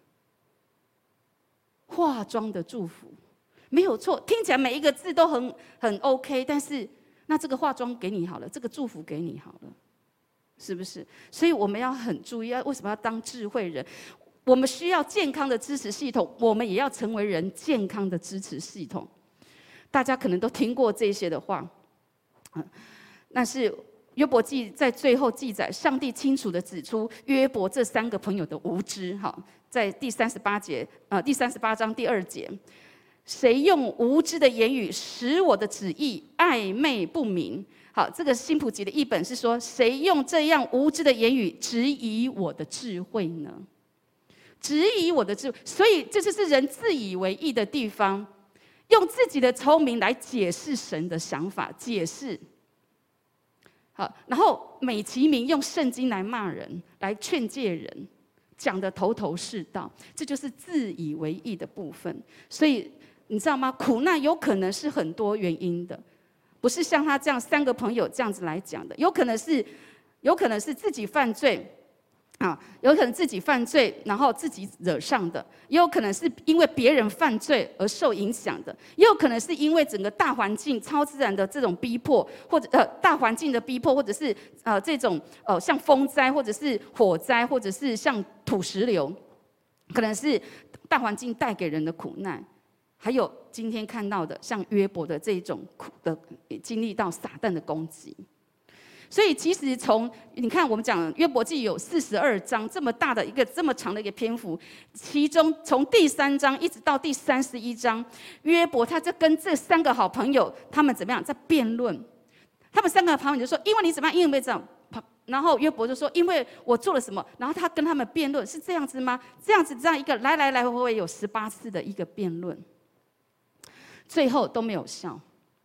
化妆的祝福没有错，听起来每一个字都很很 OK， 但是那这个化妆给你好了，这个祝福给你好了，是不是？所以我们要很注意，要为什么要当智慧人？我们需要健康的支持系统，我们也要成为人健康的支持系统。大家可能都听过这些的话，嗯，那是约伯记在最后记载，上帝清楚地指出约伯这三个朋友的无知。哈，在第三十八节，呃，第三十八章第二节，谁用无知的言语使我的旨意暧昧不明？好，这个新普及的译本是说，谁用这样无知的言语质疑我的智慧呢？质疑我的智慧，所以这就是人自以为意的地方，用自己的聪明来解释神的想法，解释。好，然后美其名用圣经来骂人，来劝诫人，讲得头头是道，这就是自以为意的部分。所以你知道吗？苦难有可能是很多原因的，不是像他这样三个朋友这样子来讲的，有可能是，有可能是自己犯罪。啊，有可能自己犯罪，然后自己惹上的；也有可能是因为别人犯罪而受影响的；也有可能是因为整个大环境、超自然的这种逼迫，或者呃大环境的逼迫，或者是呃这种呃像风灾，或者是火灾，或者是像土石流，可能是大环境带给人的苦难。还有今天看到的像约伯的这种苦的，经历到撒旦的攻击。所以其实从你看，我们讲约伯记有四十二章，这么大的一个这么长的一个篇幅，其中从第三章一直到第三十一章，约伯他在跟这三个好朋友，他们怎么样在辩论？他们三个好朋友就说：“因为你怎么样，因为这样。”然后约伯就说：“因为我做了什么？”然后他跟他们辩论，是这样子吗？这样子这样一个来来来回回有十八次的一个辩论，最后都没有效。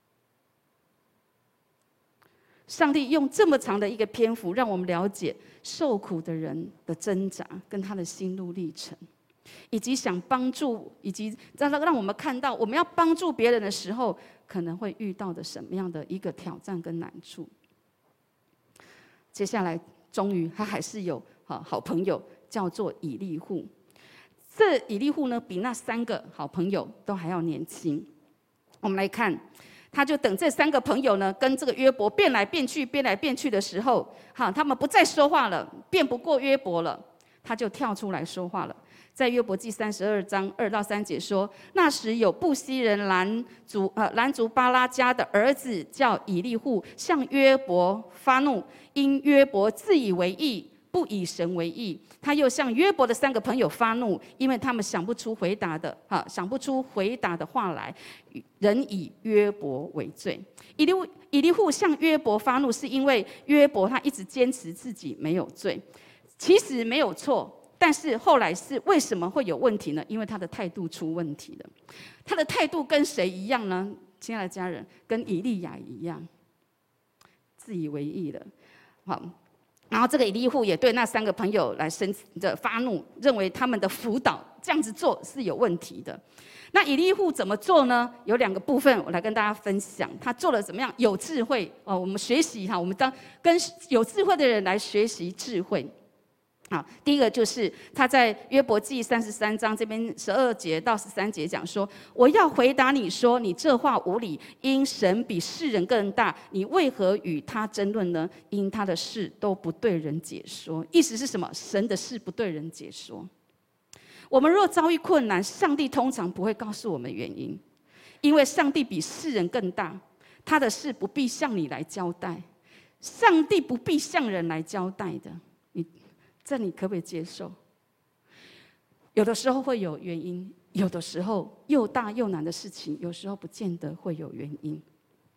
上帝用这么长的一个篇幅，让我们了解受苦的人的挣扎，跟他的心路历程，以及想帮助，以及让让我们看到，我们要帮助别人的时候，可能会遇到的什么样的一个挑战跟难处。接下来，终于他还是有好好朋友，叫做以利户。这以利户呢，比那三个好朋友都还要年轻。我们来看。他就等这三个朋友呢，跟这个约伯变来变去、变来变去的时候，哈，他们不再说话了，辩不过约伯了，他就跳出来说话了。在约伯记三十二章二到三节说：那时有布西人兰族呃兰族巴拉家的儿子叫以利户，向约伯发怒，因约伯自以为义，不以神为义。他又向约伯的三个朋友发怒，因为他们想不出回答的，哈，想不出回答的话来，仍以约伯为罪。以利以利户向约伯发怒，是因为约伯他一直坚持自己没有罪，其实没有错。但是后来是为什么会有问题呢？因为他的态度出问题了。他的态度跟谁一样呢？亲爱的家人，跟以利亚一样，自以为义了。好。然后这个以利户也对那三个朋友来生的发怒，认为他们的辅导这样子做是有问题的。那以利户怎么做呢？有两个部分，我来跟大家分享。他做了怎么样？有智慧哦，我们学习哈，我们当跟有智慧的人来学习智慧。好，第一个就是他在约伯记三十三章这边十二节到十三节讲说：我要回答你说，你这话无理，因神比世人更大，你为何与他争论呢？因他的事都不对人解说。意思是什么？神的事不对人解说。我们若遭遇困难，上帝通常不会告诉我们原因，因为上帝比世人更大，他的事不必向你来交代，上帝不必向人来交代的。你这你可不可以接受？有的时候会有原因，有的时候又大又难的事情，有时候不见得会有原因。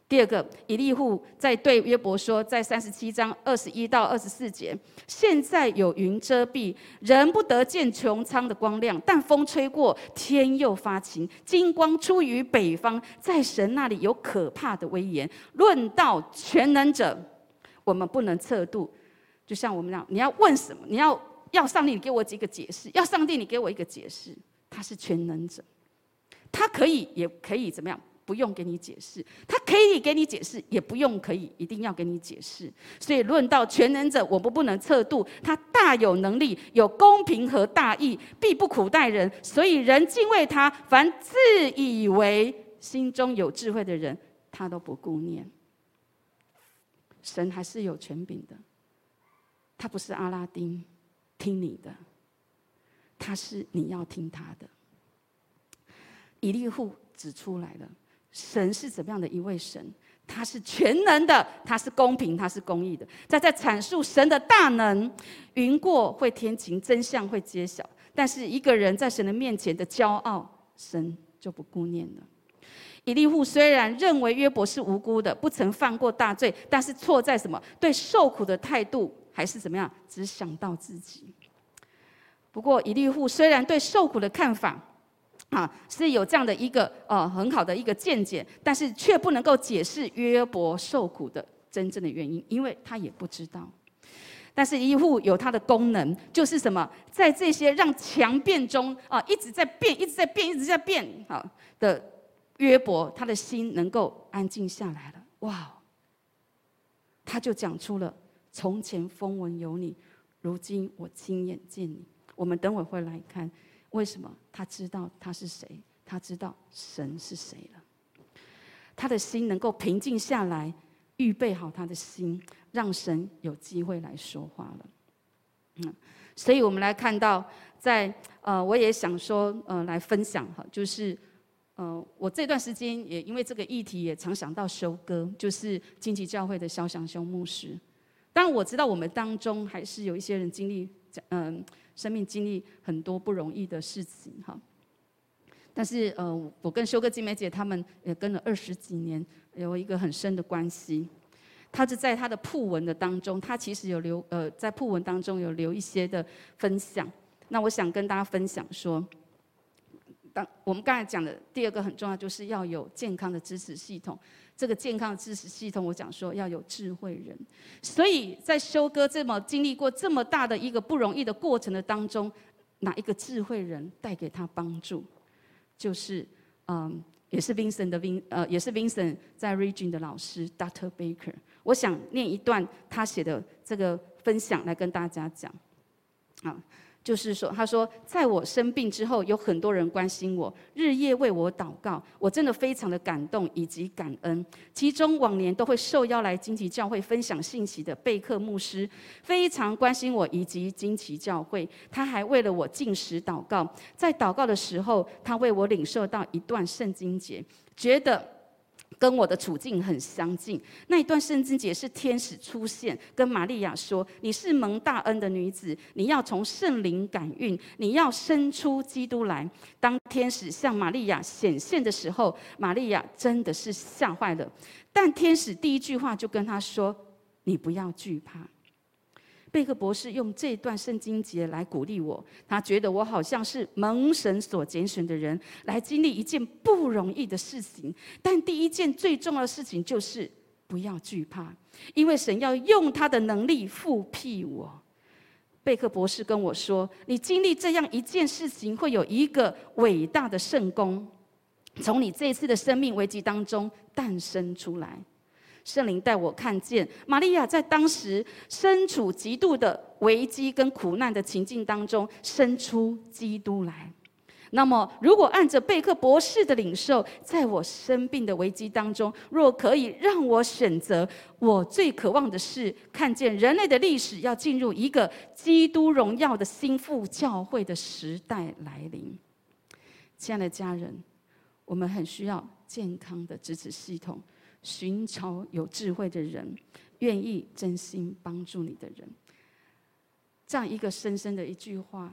第二个，以利户在对约伯说，在三十七章二十一到二十四节，现在有云遮蔽，人不得见穹苍的光亮，但风吹过，天又发晴，金光出于北方，在神那里有可怕的威严。论到全能者，我们不能测度。就像我们讲，你要问什么？你要要上帝，你给我几个解释；要上帝，你给我一个解释。他是全能者，他可以，也可以怎么样？不用给你解释，他可以给你解释，也不用可以一定要给你解释。所以论到全能者，我们不能测度，他大有能力，有公平和大义，必不苦待人。所以人敬畏他，凡自以为心中有智慧的人，他都不顾念。神还是有权柄的，他不是阿拉丁听你的，他是你要听他的。以利户指出来了，神是怎么样的一位神？他是全能的，他是公平，他是公义的。在在阐述神的大能，云过会天晴，真相会揭晓。但是一个人在神的面前的骄傲，神就不顾念了。以利户虽然认为约伯是无辜的，不曾犯过大罪，但是错在什么？对受苦的态度还是怎么样？只想到自己。不过以利户虽然对受苦的看法啊，是有这样的一个呃很好的一个见解，但是却不能够解释约伯受苦的真正的原因，因为他也不知道。但是以利户有它的功能，就是什么？在这些让强变中啊，一直在变、一直在变、一直在变啊的约伯，他的心能够安静下来了。哇！他就讲出了：从前风闻有你，如今我亲眼见你。我们等会会来看。为什么？他知道他是谁，他知道神是谁了。他的心能够平静下来，预备好他的心，让神有机会来说话了。嗯，所以我们来看到，在呃，我也想说，呃，来分享哈，就是呃，我这段时间也因为这个议题，也常想到修哥，就是荆棘教会的萧祥修牧师。当然，我知道我们当中还是有一些人经历，嗯、呃。生命经历很多不容易的事情哈，但是呃，我跟修哥、金梅姐他们也跟了二十几年，有一个很深的关系。他是在他的讣文的当中，他其实有留呃，在讣文当中有留一些的分享。那我想跟大家分享说，当我们刚才讲的第二个很重要，就是要有健康的支持系统。这个健康的支持系统，我讲说要有智慧人。所以在修哥这么经历过这么大的一个不容易的过程的当中，哪一个智慧人带给他帮助？就是嗯，也是 Vincent 的 Vin 呃，也是 Vincent 在 Region 的老师 Doctor Baker。我想念一段他写的这个分享来跟大家讲啊。就是说，他说，在我生病之后，有很多人关心我，日夜为我祷告，我真的非常的感动以及感恩。其中往年都会受邀来荆棘教会分享信息的贝克牧师，非常关心我以及荆棘教会。他还为了我禁食祷告，在祷告的时候，他为我领受到一段圣经节，觉得跟我的处境很相近。那一段圣经节是天使出现，跟玛利亚说：“你是蒙大恩的女子，你要从圣灵感孕，你要生出基督来。”当天使向玛利亚显现的时候，玛利亚真的是吓坏了。但天使第一句话就跟她说：“你不要惧怕。”贝克博士用这段圣经节来鼓励我，他觉得我好像是蒙神所拣选的人，来经历一件不容易的事情。但第一件最重要的事情就是不要惧怕，因为神要用他的能力复辟我。贝克博士跟我说，你经历这样一件事情，会有一个伟大的圣工从你这一次的生命危机当中诞生出来。圣灵带我看见，玛利亚在当时身处极度的危机跟苦难的情境当中，生出基督来。那么，如果按着贝克博士的领受，在我生病的危机当中，若可以让我选择，我最渴望的是看见人类的历史要进入一个基督荣耀的新复教会的时代来临。亲爱的家人，我们很需要健康的支持系统。寻找有智慧的人，愿意真心帮助你的人。这样一个深深的一句话，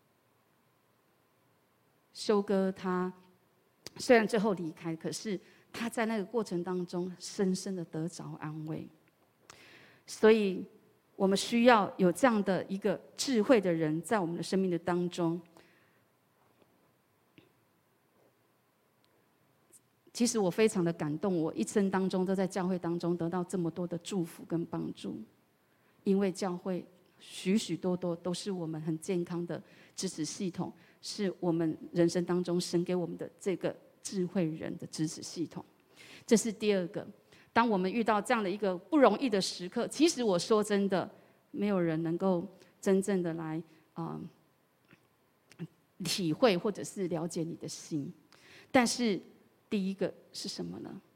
修哥他虽然最后离开，可是他在那个过程当中深深的得着安慰。所以我们需要有这样的一个智慧的人在我们的生命的当中。其实我非常的感动，我一生当中都在教会当中得到这么多的祝福跟帮助，因为教会许许多多都是我们很健康的支持系统，是我们人生当中神给我们的这个智慧人的支持系统。这是第二个，当我们遇到这样的一个不容易的时刻，其实我说真的，没有人能够真正的来啊、呃、体会或者是了解你的心，但是第一个是什么呢？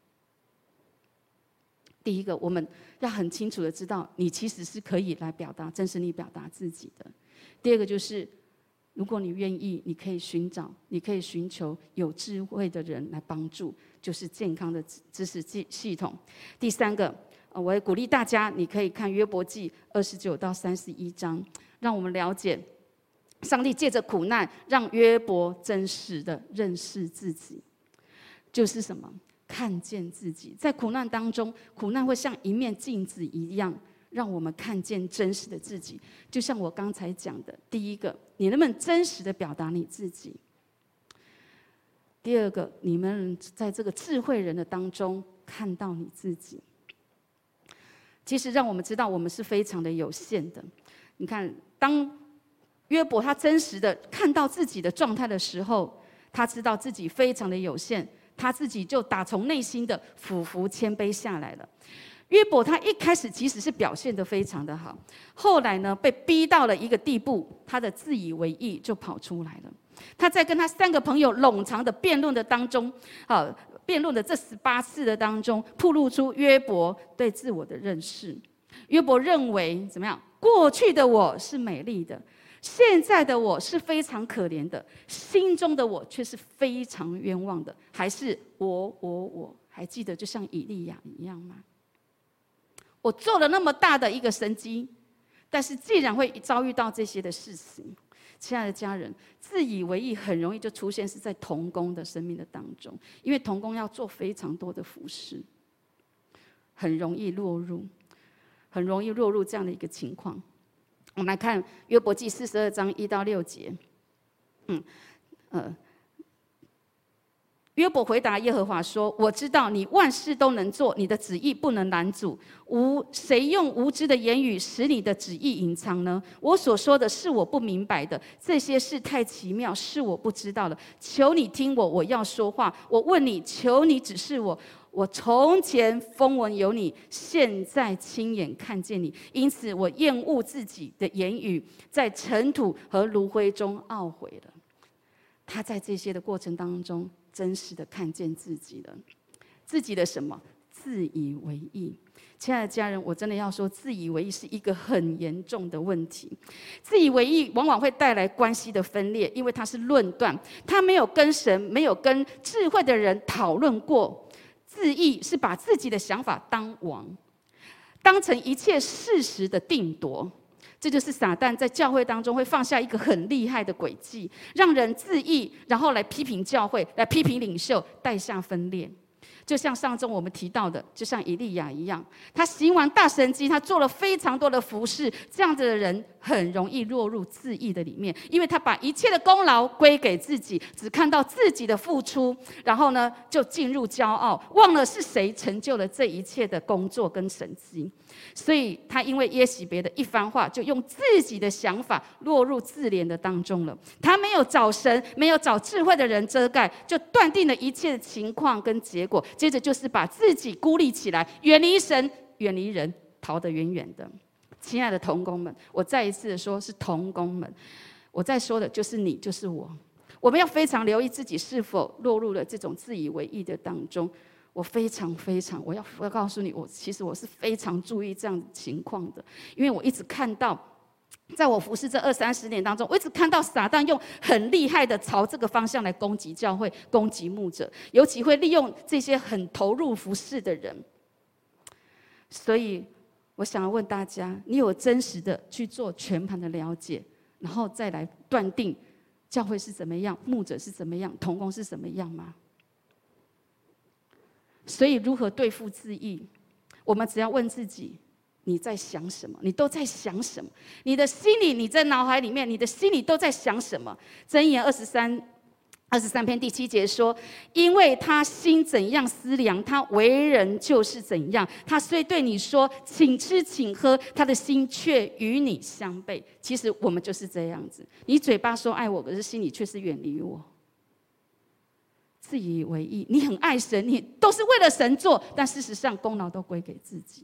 第一个，我们要很清楚的知道，你其实是可以来表达真实你表达自己的。第二个就是，如果你愿意，你可以寻找，你可以寻求有智慧的人来帮助，就是健康的知识系统。第三个，我也鼓励大家，你可以看约伯记二十九到三十一章，让我们了解上帝借着苦难，让约伯真实的认识自己。就是什么？看见自己。在苦难当中，苦难会像一面镜子一样，让我们看见真实的自己。就像我刚才讲的，第一个，你能不能真实的表达你自己？第二个，你们在这个智慧人的当中看到你自己。其实让我们知道，我们是非常的有限的。你看，当约伯他真实的看到自己的状态的时候，他知道自己非常的有限。他自己就打从内心的俯伏谦卑下来了。约伯他一开始其实是表现得非常的好，后来呢被逼到了一个地步，他的自以为意就跑出来了。他在跟他三个朋友冗长的辩论的当中，啊，辩论的这十八次的当中，暴露出约伯对自我的认识。约伯认为怎么样？过去的我是美丽的。现在的我是非常可怜的，心中的我却是非常冤枉的，还是我我我，还记得就像以利亚一样吗？我做了那么大的一个神迹，但是既然会遭遇到这些的事情，亲爱的家人，自以为意很容易就出现是在同工的生命的当中，因为同工要做非常多的服事，很容易落入，很容易落入这样的一个情况。我们来看约伯记四十二章一到六节，嗯，呃，约伯回答耶和华说：“我知道你万事都能做，你的旨意不能拦阻。无谁用无知的言语使你的旨意隐藏呢？我所说的是我不明白的，这些事太奇妙，是我不知道的。求你听我，我要说话。我问你，求你指示我。我从前风闻有你，现在亲眼看见你，因此我厌恶自己的言语，在尘土和炉灰中懊悔了。”他在这些的过程当中，真实的看见自己了，自己的什么？自以为意。亲爱的家人，我真的要说，自以为意是一个很严重的问题。自以为意往往会带来关系的分裂，因为它是论断，他没有跟神、没有跟智慧的人讨论过。自义是把自己的想法当王，当成一切事实的定夺。这就是撒旦在教会当中会放下一个很厉害的诡计，让人自义，然后来批评教会，来批评领袖，带下分裂。就像上周我们提到的，就像以利亚一样，他行完大神迹，他做了非常多的服事，这样子的人很容易落入自义的里面，因为他把一切的功劳归给自己，只看到自己的付出，然后呢就进入骄傲，忘了是谁成就了这一切的工作跟神迹。所以他因为耶洗别的一番话，就用自己的想法落入自怜的当中了。他没有找神，没有找智慧的人遮盖，就断定了一切的情况跟结果。接着就是把自己孤立起来，远离神，远离人，逃得远远的。亲爱的同工们，我再一次的说，是同工们，我在说的就是你，就是我。我们要非常留意自己是否落入了这种自以为意的当中。我非常非常，我要我要告诉你，我其实我是非常注意这样的情况的，因为我一直看到，在我服侍这二三十年当中，我一直看到撒旦用很厉害的朝这个方向来攻击教会、攻击牧者，尤其会利用这些很投入服侍的人。所以，我想要问大家：你有真实的去做全盘的了解，然后再来断定教会是怎么样，牧者是怎么样，同工是怎么样吗？ 所以如何对付自义？我们只要问自己：你在想什么？你都在想什么？你的心里，你在脑海里面，你的心里都在想什么？箴言二十三。二十三篇第七节说：“因为他心怎样思量，他为人就是怎样。他虽对你说，请吃请喝，他的心却与你相悖。”其实我们就是这样子，你嘴巴说爱我，可是心里却是远离我，自以为意。你很爱神，你都是为了神做，但事实上功劳都归给自己。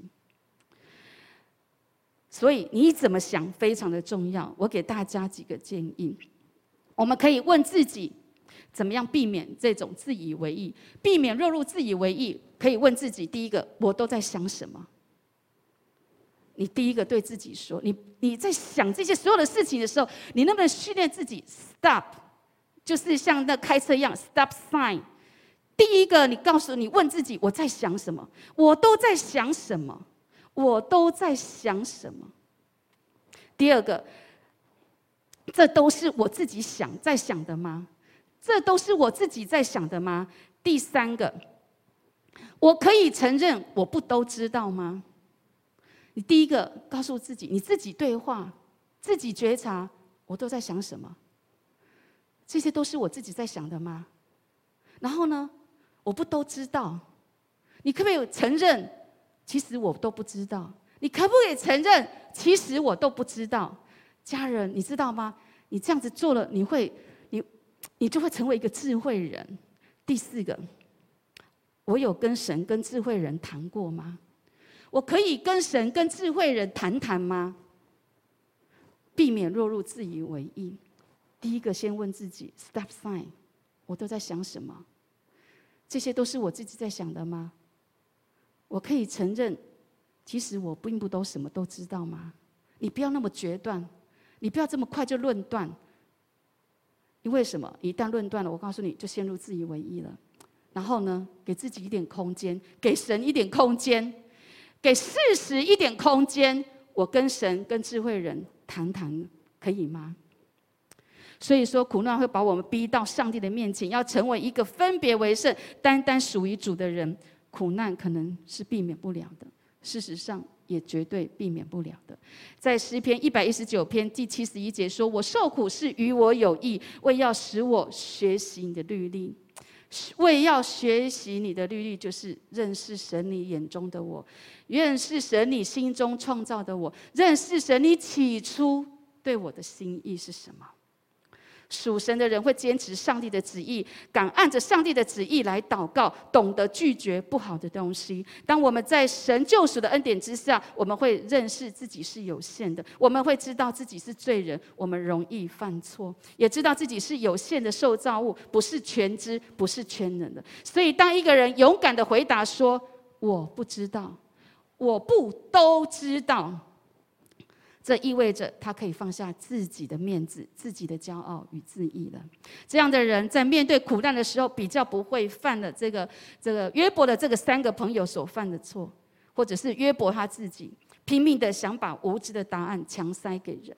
所以你怎么想非常的重要。我给大家几个建议，我们可以问自己。怎么样避免这种自以为意？避免落入自以为意，可以问自己：第一个，我都在想什么？你第一个对自己说，你你在想这些所有的事情的时候，你能不能训练自己 stop？ 就是像那开车一样 stop sign。第一个，你告诉你问自己：我在想什么？我都在想什么？我都在想什么？第二个，这都是我自己想在想的吗？这都是我自己在想的吗？第三个，我可以承认我不都知道吗？你第一个告诉自己，你自己对话，自己觉察，我都在想什么？这些都是我自己在想的吗？然后呢，我不都知道？你可不可以承认，其实我都不知道？你可不可以承认，其实我都不知道？家人，你知道吗？你这样子做了，你会。你就会成为一个智慧人。第四个，我有跟神、跟智慧人谈过吗？我可以跟神、跟智慧人谈谈吗？避免落入自以为意。第一个，先问自己 ：stop sign， 我都在想什么？这些都是我自己在想的吗？我可以承认，其实我并不都什么都知道吗？你不要那么决断，你不要这么快就论断。因为什么？一旦论断了，我告诉你就陷入自以为意了。然后呢，给自己一点空间，给神一点空间，给事实一点空间。我跟神、跟智慧人谈谈，可以吗？所以说，苦难会把我们逼到上帝的面前，要成为一个分别为圣、单单属于主的人。苦难可能是避免不了的，事实上也绝对避免不了的。在诗篇一百一十九篇第七十一节说：“我受苦是与我有益，为要使我学习你的律例。”为要学习你的律例，就是认识神你眼中的我，认识神你心中创造的我，认识神你起初对我的心意是什么。属神的人会坚持上帝的旨意，敢按着上帝的旨意来祷告，懂得拒绝不好的东西。当我们在神救赎的恩典之下，我们会认识自己是有限的，我们会知道自己是罪人，我们容易犯错，也知道自己是有限的受造物，不是全知，不是全能的。所以当一个人勇敢的回答说：“我不知道，我不都知道”，这意味着他可以放下自己的面子、自己的骄傲与自义了。这样的人在面对苦难的时候，比较不会犯了这个这个约伯的这个三个朋友所犯的错，或者是约伯他自己拼命的想把无知的答案强塞给人。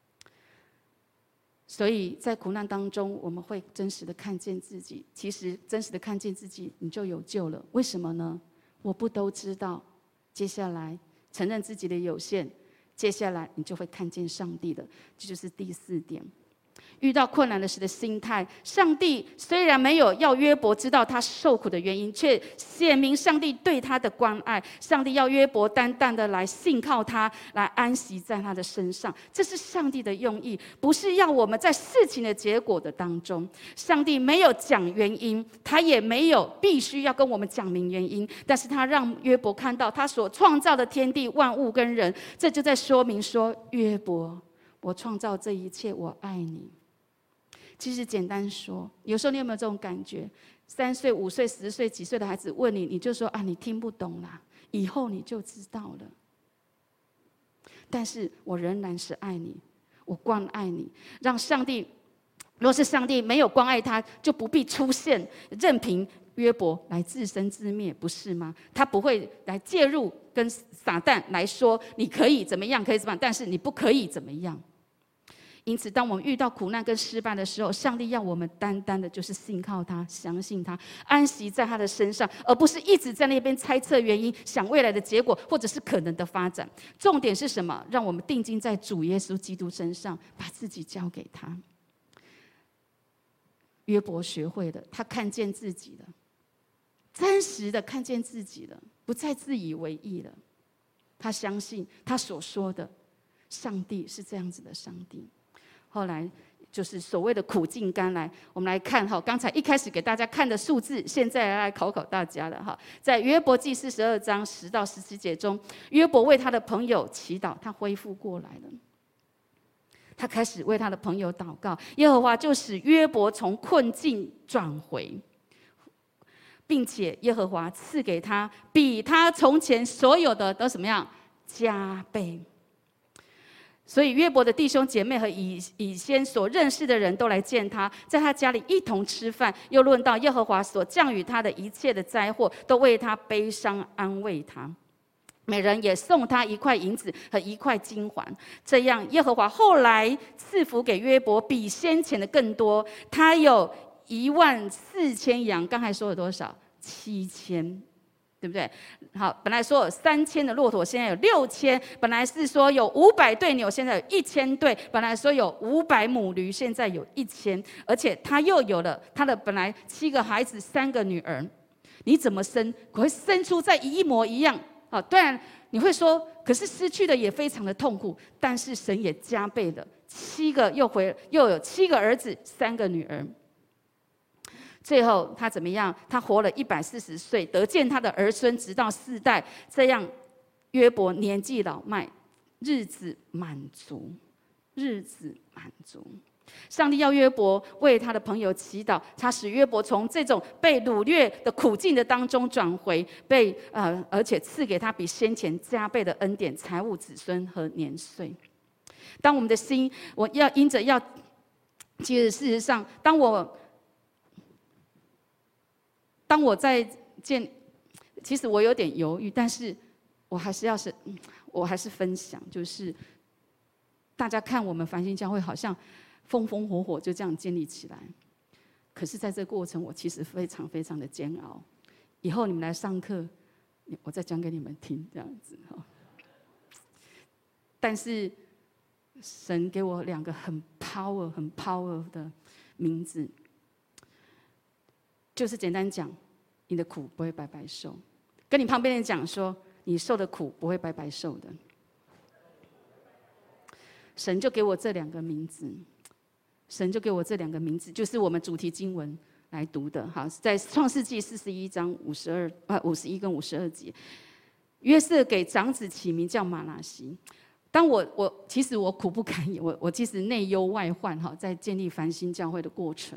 所以在苦难当中，我们会真实的看见自己。其实真实的看见自己，你就有救了。为什么呢？我不都知道。接下来承认自己的有限。接下来你就会看见上帝的，这就是第四点。遇到困难的时的心态，上帝虽然没有要约伯知道他受苦的原因，却显明上帝对他的关爱。上帝要约伯单单的来信靠他，来安息在他的身上，这是上帝的用意，不是要我们在事情的结果的当中。上帝没有讲原因，他也没有必须要跟我们讲明原因，但是他让约伯看到他所创造的天地万物跟人，这就在说明说：约伯，我创造这一切，我爱你。其实简单说，有时候你有没有这种感觉？三岁、五岁、十岁、几岁的孩子问你，你就说啊，你听不懂啦，以后你就知道了。但是我仍然是爱你，我关爱你，让上帝，若是上帝没有关爱他，就不必出现，任凭约伯来自生自灭，不是吗？他不会来介入，跟撒旦来说，你可以怎么样，可以怎么样，但是你不可以怎么样。 因此，当我们遇到苦难跟失败的时候，上帝要我们单单的就是信靠他，相信他，安息在他的身上，而不是一直在那边猜测原因，想未来的结果或者是可能的发展。重点是什么？让我们定睛在主耶稣基督身上，把自己交给他。约伯学会了，他看见自己了，真实的看见自己了，不再自以为意了。他相信他所说的上帝是这样子的上帝。后来就是所谓的苦尽甘来，我们来看哈，刚才一开始给大家看的数字，现在来考考大家了哈。在约伯记四十二章十到十七节中，约伯为他的朋友祈祷，他恢复过来了。他开始为他的朋友祷告，耶和华就使约伯从困境转回，并且耶和华赐给他比他从前所有的都怎么样加倍。所以约伯的弟兄姐妹和以以先所认识的人都来见他，在他家里一同吃饭，又论到耶和华所降与他的一切的灾祸，都为他悲伤安慰他。每人也送他一块银子和一块金环，这样耶和华后来赐福给约伯，比先前的更多。他有一万四千羊，刚才说了多少？七千。对不对？好，本来说有三千的骆驼，现在有六千。本来是说有五百对牛，现在有一千对。本来说有五百母驴，现在有一千。而且他又有了他的本来七个孩子，三个女儿。你怎么生？可会生出再一模一样？好，当然你会说，可是失去的也非常的痛苦。但是神也加倍的，七个又回又有七个儿子，三个女儿。最后他怎么样？他活了一百四十岁，得见他的儿孙，直到四代。这样，约伯年纪老迈，日子满足，日子满足。上帝要约伯为他的朋友祈祷，他使约伯从这种被掳掠的苦境的当中转回，被呃，而且赐给他比先前加倍的恩典、财物、子孙和年岁。当我们的心，我要因着要，其实事实上，当我。当我在见，其实我有点犹豫，但是我还是要是，我还是分享，就是大家看我们繁星教会好像风风火火就这样建立起来，可是在这个过程，我其实非常非常的煎熬。以后你们来上课，我再讲给你们听，这样子哈。但是神给我两个很 power、很 power 的名字。就是简单讲，你的苦不会白白受。跟你旁边人讲说，你受的苦不会白白受的。神就给我这两个名字，神就给我这两个名字，就是我们主题经文来读的。好，在创世纪四十一章五十二啊五十一跟五十二节，约瑟给长子起名叫马拿西。当我我其实我苦不堪言，我我其实内忧外患哈，在建立繁星教会的过程。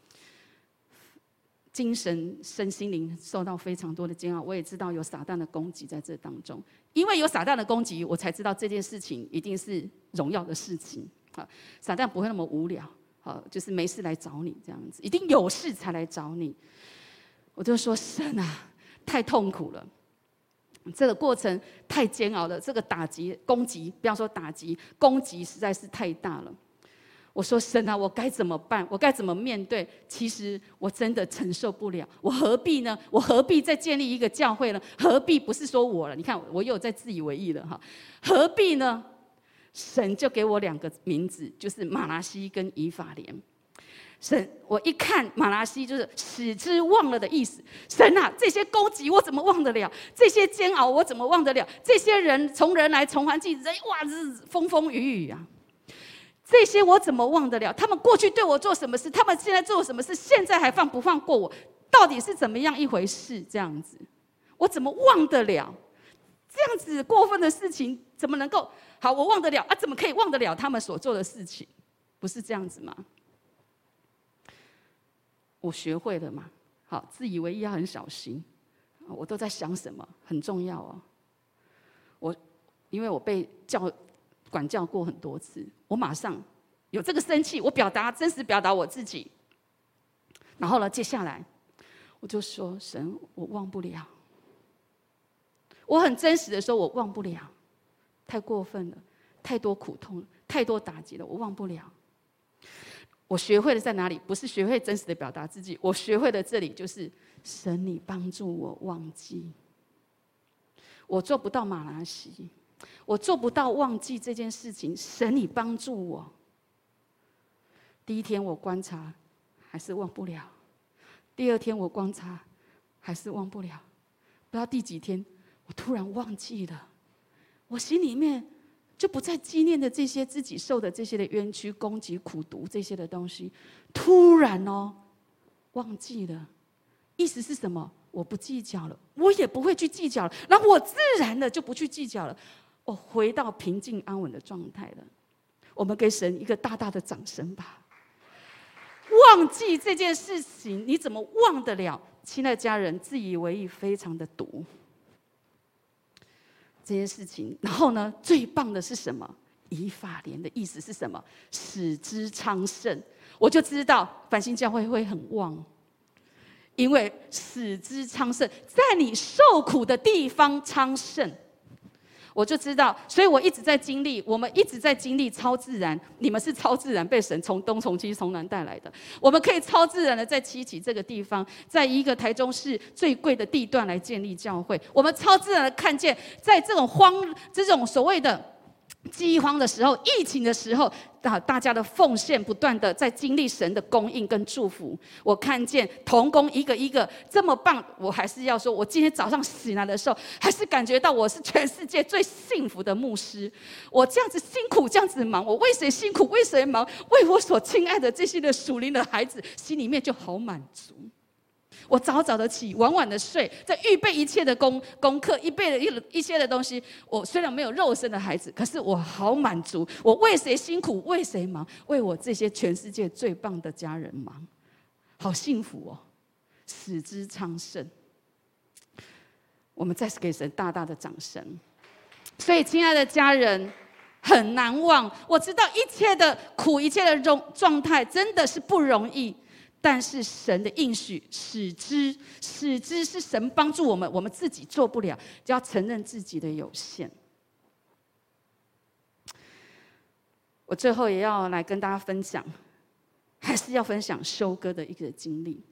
精神、身心灵受到非常多的煎熬，我也知道有撒旦的攻击在这当中。因为有撒旦的攻击，我才知道这件事情一定是荣耀的事情。好，撒旦不会那么无聊，好，就是没事来找你这样子，一定有事才来找你。我就说神啊，太痛苦了，这个过程太煎熬了，这个打击、攻击，不要说打击，攻击实在是太大了。我说神啊，我该怎么办？我该怎么面对？其实我真的承受不了，我何必呢？我何必再建立一个教会呢？何必不是说我了？你看我又在自以为意了哈，何必呢？神就给我两个名字，就是马拿西跟以法莲。神，我一看马拿西就是使之忘了的意思。神啊，这些攻击我怎么忘得了？这些煎熬我怎么忘得了？这些人从人来从环境，人哇，是风风雨雨啊。这些我怎么忘得了？他们过去对我做什么事？他们现在做什么事？现在还放不放过我？到底是怎么样一回事？这样子，我怎么忘得了？这样子过分的事情，怎么能够好？我忘得了啊？怎么可以忘得了他们所做的事情？不是这样子吗？我学会了嘛？好，自以为意要很小心。我都在想什么？很重要哦。我因为我被教。管教过很多次，我马上有这个生气，我表达真实表达我自己。然后呢，接下来我就说：神，我忘不了。我很真实的说，我忘不了，太过分了，太多苦痛了，太多打击了，我忘不了。 我学会了在哪里？不是学会真实的表达自己，我学会了这里就是神，你帮助我忘记。我做不到马拉西，我做不到忘记这件事情。神，你帮助我。第一天我观察，还是忘不了；第二天我观察，还是忘不了。不知道第几天，我突然忘记了，我心里面就不再纪念的这些自己受的这些的冤屈、攻击、苦毒这些的东西，突然哦，忘记了。意思是什么？我不计较了，我也不会去计较了，然后我自然的就不去计较了，我回到平静安稳的状态了。我们给神一个大大的掌声吧。忘记这件事情，你怎么忘得了？亲爱的家人，自以为意非常的毒。这件事情，然后呢，最棒的是什么？以法莲的意思是什么？使之昌盛。我就知道繁星教会会很旺，因为使之昌盛，在你受苦的地方昌盛。我就知道，所以我一直在经历，我们一直在经历超自然。你们是超自然被神从东从西从南带来的，我们可以超自然的在七期这个地方，在一个台中市最贵的地段来建立教会。我们超自然的看见，在这种荒、这种所谓的饥荒的时候、疫情的时候，大家的奉献不断的在经历神的供应跟祝福。我看见同工一个一个这么棒，我还是要说，我今天早上醒来的时候，还是感觉到我是全世界最幸福的牧师。我这样子辛苦，这样子忙，我为谁辛苦为谁忙？为我所亲爱的这些的属灵的孩子，心里面就好满足。我早早的起，晚晚的睡，在预备一切的功功课，预备了一一些的东西。我虽然没有肉身的孩子，可是我好满足。我为谁辛苦，为谁忙？为我这些全世界最棒的家人忙，好幸福哦！使之昌盛。我们再次给神大大的掌声。所以，亲爱的家人，很难忘。我知道一切的苦，一切的状态，真的是不容易。但是神的应许，使之使之是神帮助我们，我们自己做不了，就要承认自己的有限。我最后也要来跟大家分享，还是要分享修哥的一个经历。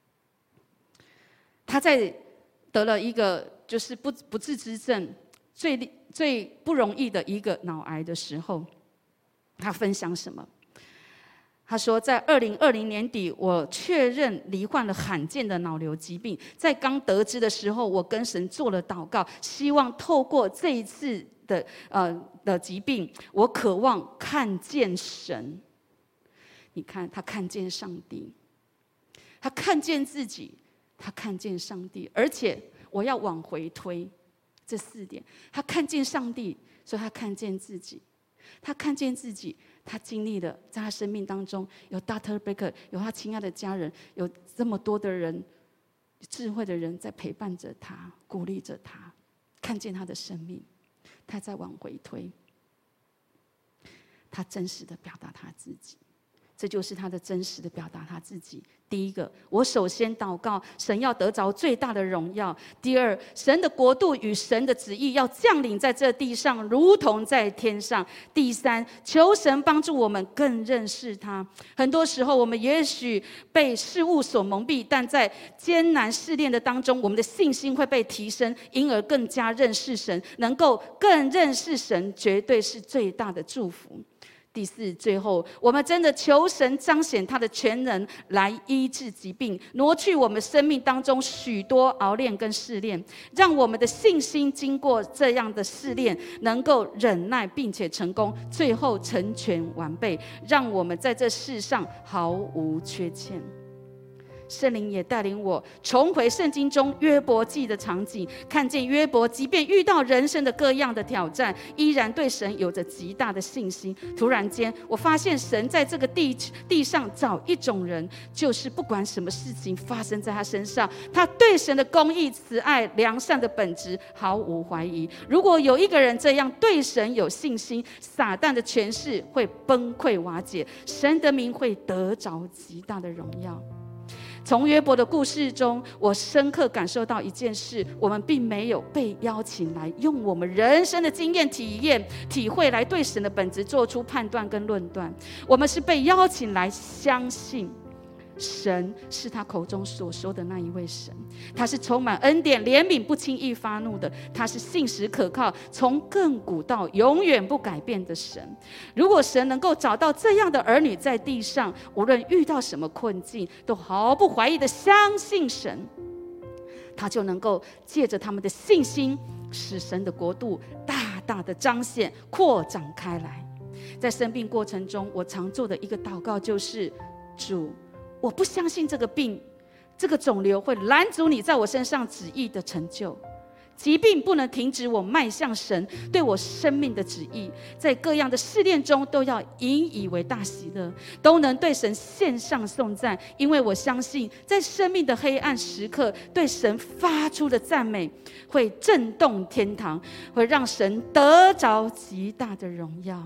他在得了一个就是不不治之症，最最不容易的一个脑癌的时候，他分享什么？他说，在二零二零年底，我确认罹患了罕见的脑瘤疾病。在刚得知的时候，我跟神做了祷告，希望透过这一次的呃的疾病，我渴望看见神。你看，他看见上帝，他看见自己，他看见上帝，而且我要往回推这四点：他看见上帝，所以他看见自己，他看见自己。他经历了，在他生命当中有 Doctor Baker， 有他亲爱的家人，有这么多的人，智慧的人在陪伴着他，鼓励着他，看见他的生命，他在往回推，他真实的表达他自己，这就是他的真实的表达他自己。第一个，我首先祷告，神要得着最大的荣耀；第二，神的国度与神的旨意要降临在这地上，如同在天上；第三，求神帮助我们更认识他。很多时候，我们也许被事物所蒙蔽，但在艰难试炼的当中，我们的信心会被提升，因而更加认识神。能够更认识神，绝对是最大的祝福。第四，最后，我们真的求神彰显他的全能，来医治疾病，挪去我们生命当中许多熬炼跟试炼，让我们的信心经过这样的试炼，能够忍耐并且成功，最后成全完备，让我们在这世上毫无缺欠。圣灵也带领我重回圣经中约伯记的场景，看见约伯即便遇到人生的各样的挑战，依然对神有着极大的信心。突然间，我发现神在这个地地上找一种人，就是不管什么事情发生在他身上，他对神的公义、慈爱、良善的本质毫无怀疑。如果有一个人这样对神有信心，撒旦的权势会崩溃瓦解，神的名会得着极大的荣耀。 从约伯的故事中，我深刻感受到一件事：我们并没有被邀请来用我们人生的经验、体验、体会来对神的本质做出判断跟论断。我们是被邀请来相信神是他口中所说的那一位神，他是充满恩典、怜悯、不轻易发怒的，他是信实可靠、从亘古到永远不改变的神。如果神能够找到这样的儿女在地上，无论遇到什么困境，都毫不怀疑的相信神，他就能够借着他们的信心，使神的国度大大的彰显、扩展开来。在生病过程中，我常做的一个祷告就是：主，我不相信这个病、这个肿瘤会拦阻你在我身上旨意的成就。疾病不能停止我迈向神对我生命的旨意，在各样的试炼中都要引以为大喜乐，都能对神献上颂赞，因为我相信在生命的黑暗时刻，对神发出的赞美会震动天堂，会让神得着极大的荣耀。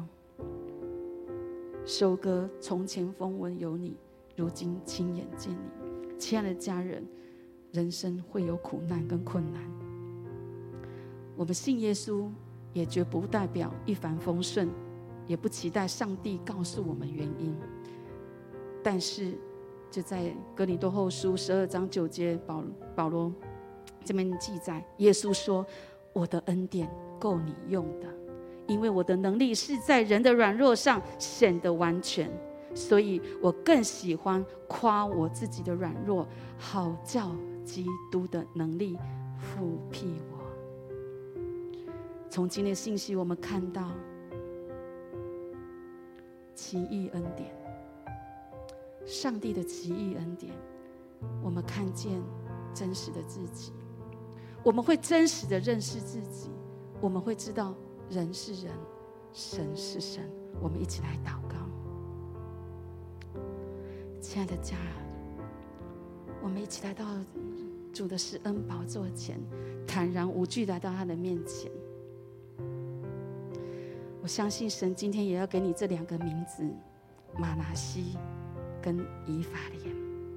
收割从前风闻有你，如今亲眼见你。亲爱的家人，人生会有苦难跟困难，我们信耶稣也绝不代表一帆风顺，也不期待上帝告诉我们原因。但是就在哥林多后书十二章九节，保保罗这边记载，耶稣说：我的恩典够你用的，因为我的能力是在人的软弱上显得完全，所以我更喜欢夸我自己的软弱，好叫基督的能力复辟我。从今天的信息我们看到奇异恩典，上帝的奇异恩典，我们看见真实的自己，我们会真实的认识自己，我们会知道人是人，神是神。我们一起来祷告。亲爱的家人，我们一起来到主的施恩宝座前，坦然无惧来到他的面前。我相信神今天也要给你这两个名字，马拿西跟以法莲。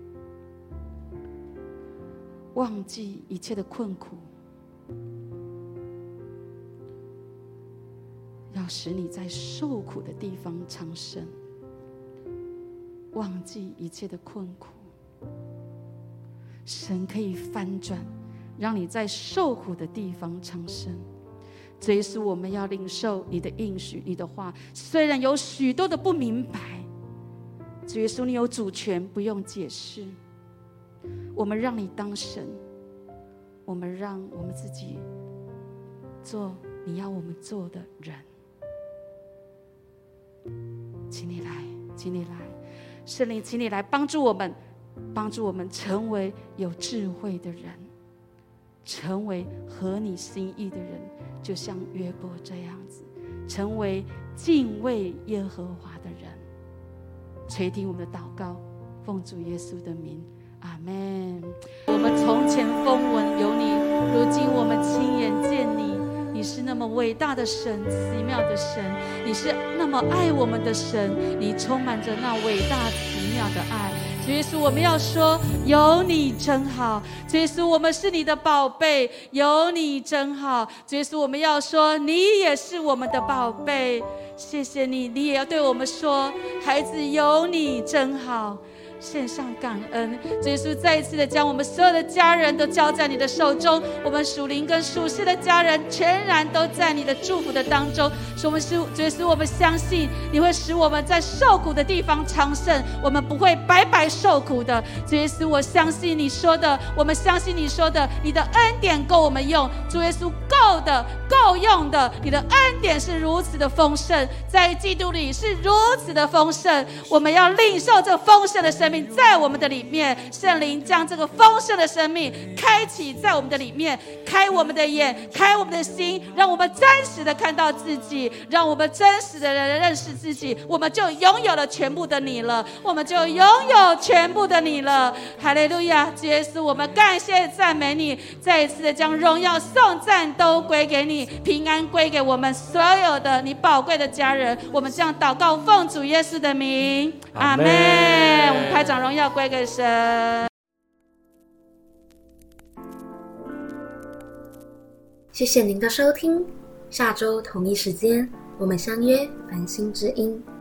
忘记一切的困苦，要使你在受苦的地方长生。忘记一切的困苦，神可以翻转，让你在受苦的地方长生。主耶稣，我们要领受你的应许，你的话虽然有许多的不明白，主耶稣，你有主权，不用解释。我们让你当神，我们让我们自己做你要我们做的人。请你来，请你来，圣灵，请你来帮助我们，帮助我们成为有智慧的人，成为合你心意的人，就像约伯这样子，成为敬畏耶和华的人。垂听我们的祷告，奉主耶稣的名，阿们。我们从前风闻有你，如今我们亲眼见你。你是那么伟大的神，奇妙的神，你是那么爱我们的神，你充满着那伟大奇妙的爱。主耶稣，我们要说有你真好。主耶稣，我们是你的宝贝，有你真好。主耶稣，我们要说你也是我们的宝贝，谢谢你。你也要对我们说，孩子，有你真好。献上感恩。主耶稣，再一次的将我们所有的家人都交在你的手中，我们属灵跟属世的家人全然都在你的祝福的当中。我们是主耶稣，我们相信你会使我们在受苦的地方昌盛，我们不会白白受苦的。主耶稣，我相信你说的，我们相信你说的，你的恩典够我们用。主耶稣，够的，够用的，你的恩典是如此的丰盛，在基督里是如此的丰盛。我们要领受这丰盛的生命在我们的里面，圣灵将这个丰盛的生命开启在我们的里面，开我们的眼，开我们的心，让我们真实的看到自己，让我们真实的认识自己，我们就拥有了全部的你了，我们就拥有全部的你了。哈利路亚！主耶稣，我们感谢赞美你，再一次的将荣耀颂赞都归给你，平安归给我们所有的你宝贵的家人。我们这样祷告，奉主耶稣的名，阿们。我们拍掌荣耀归给神。 谢谢您的收听，下周同一时间我们相约繁星之音。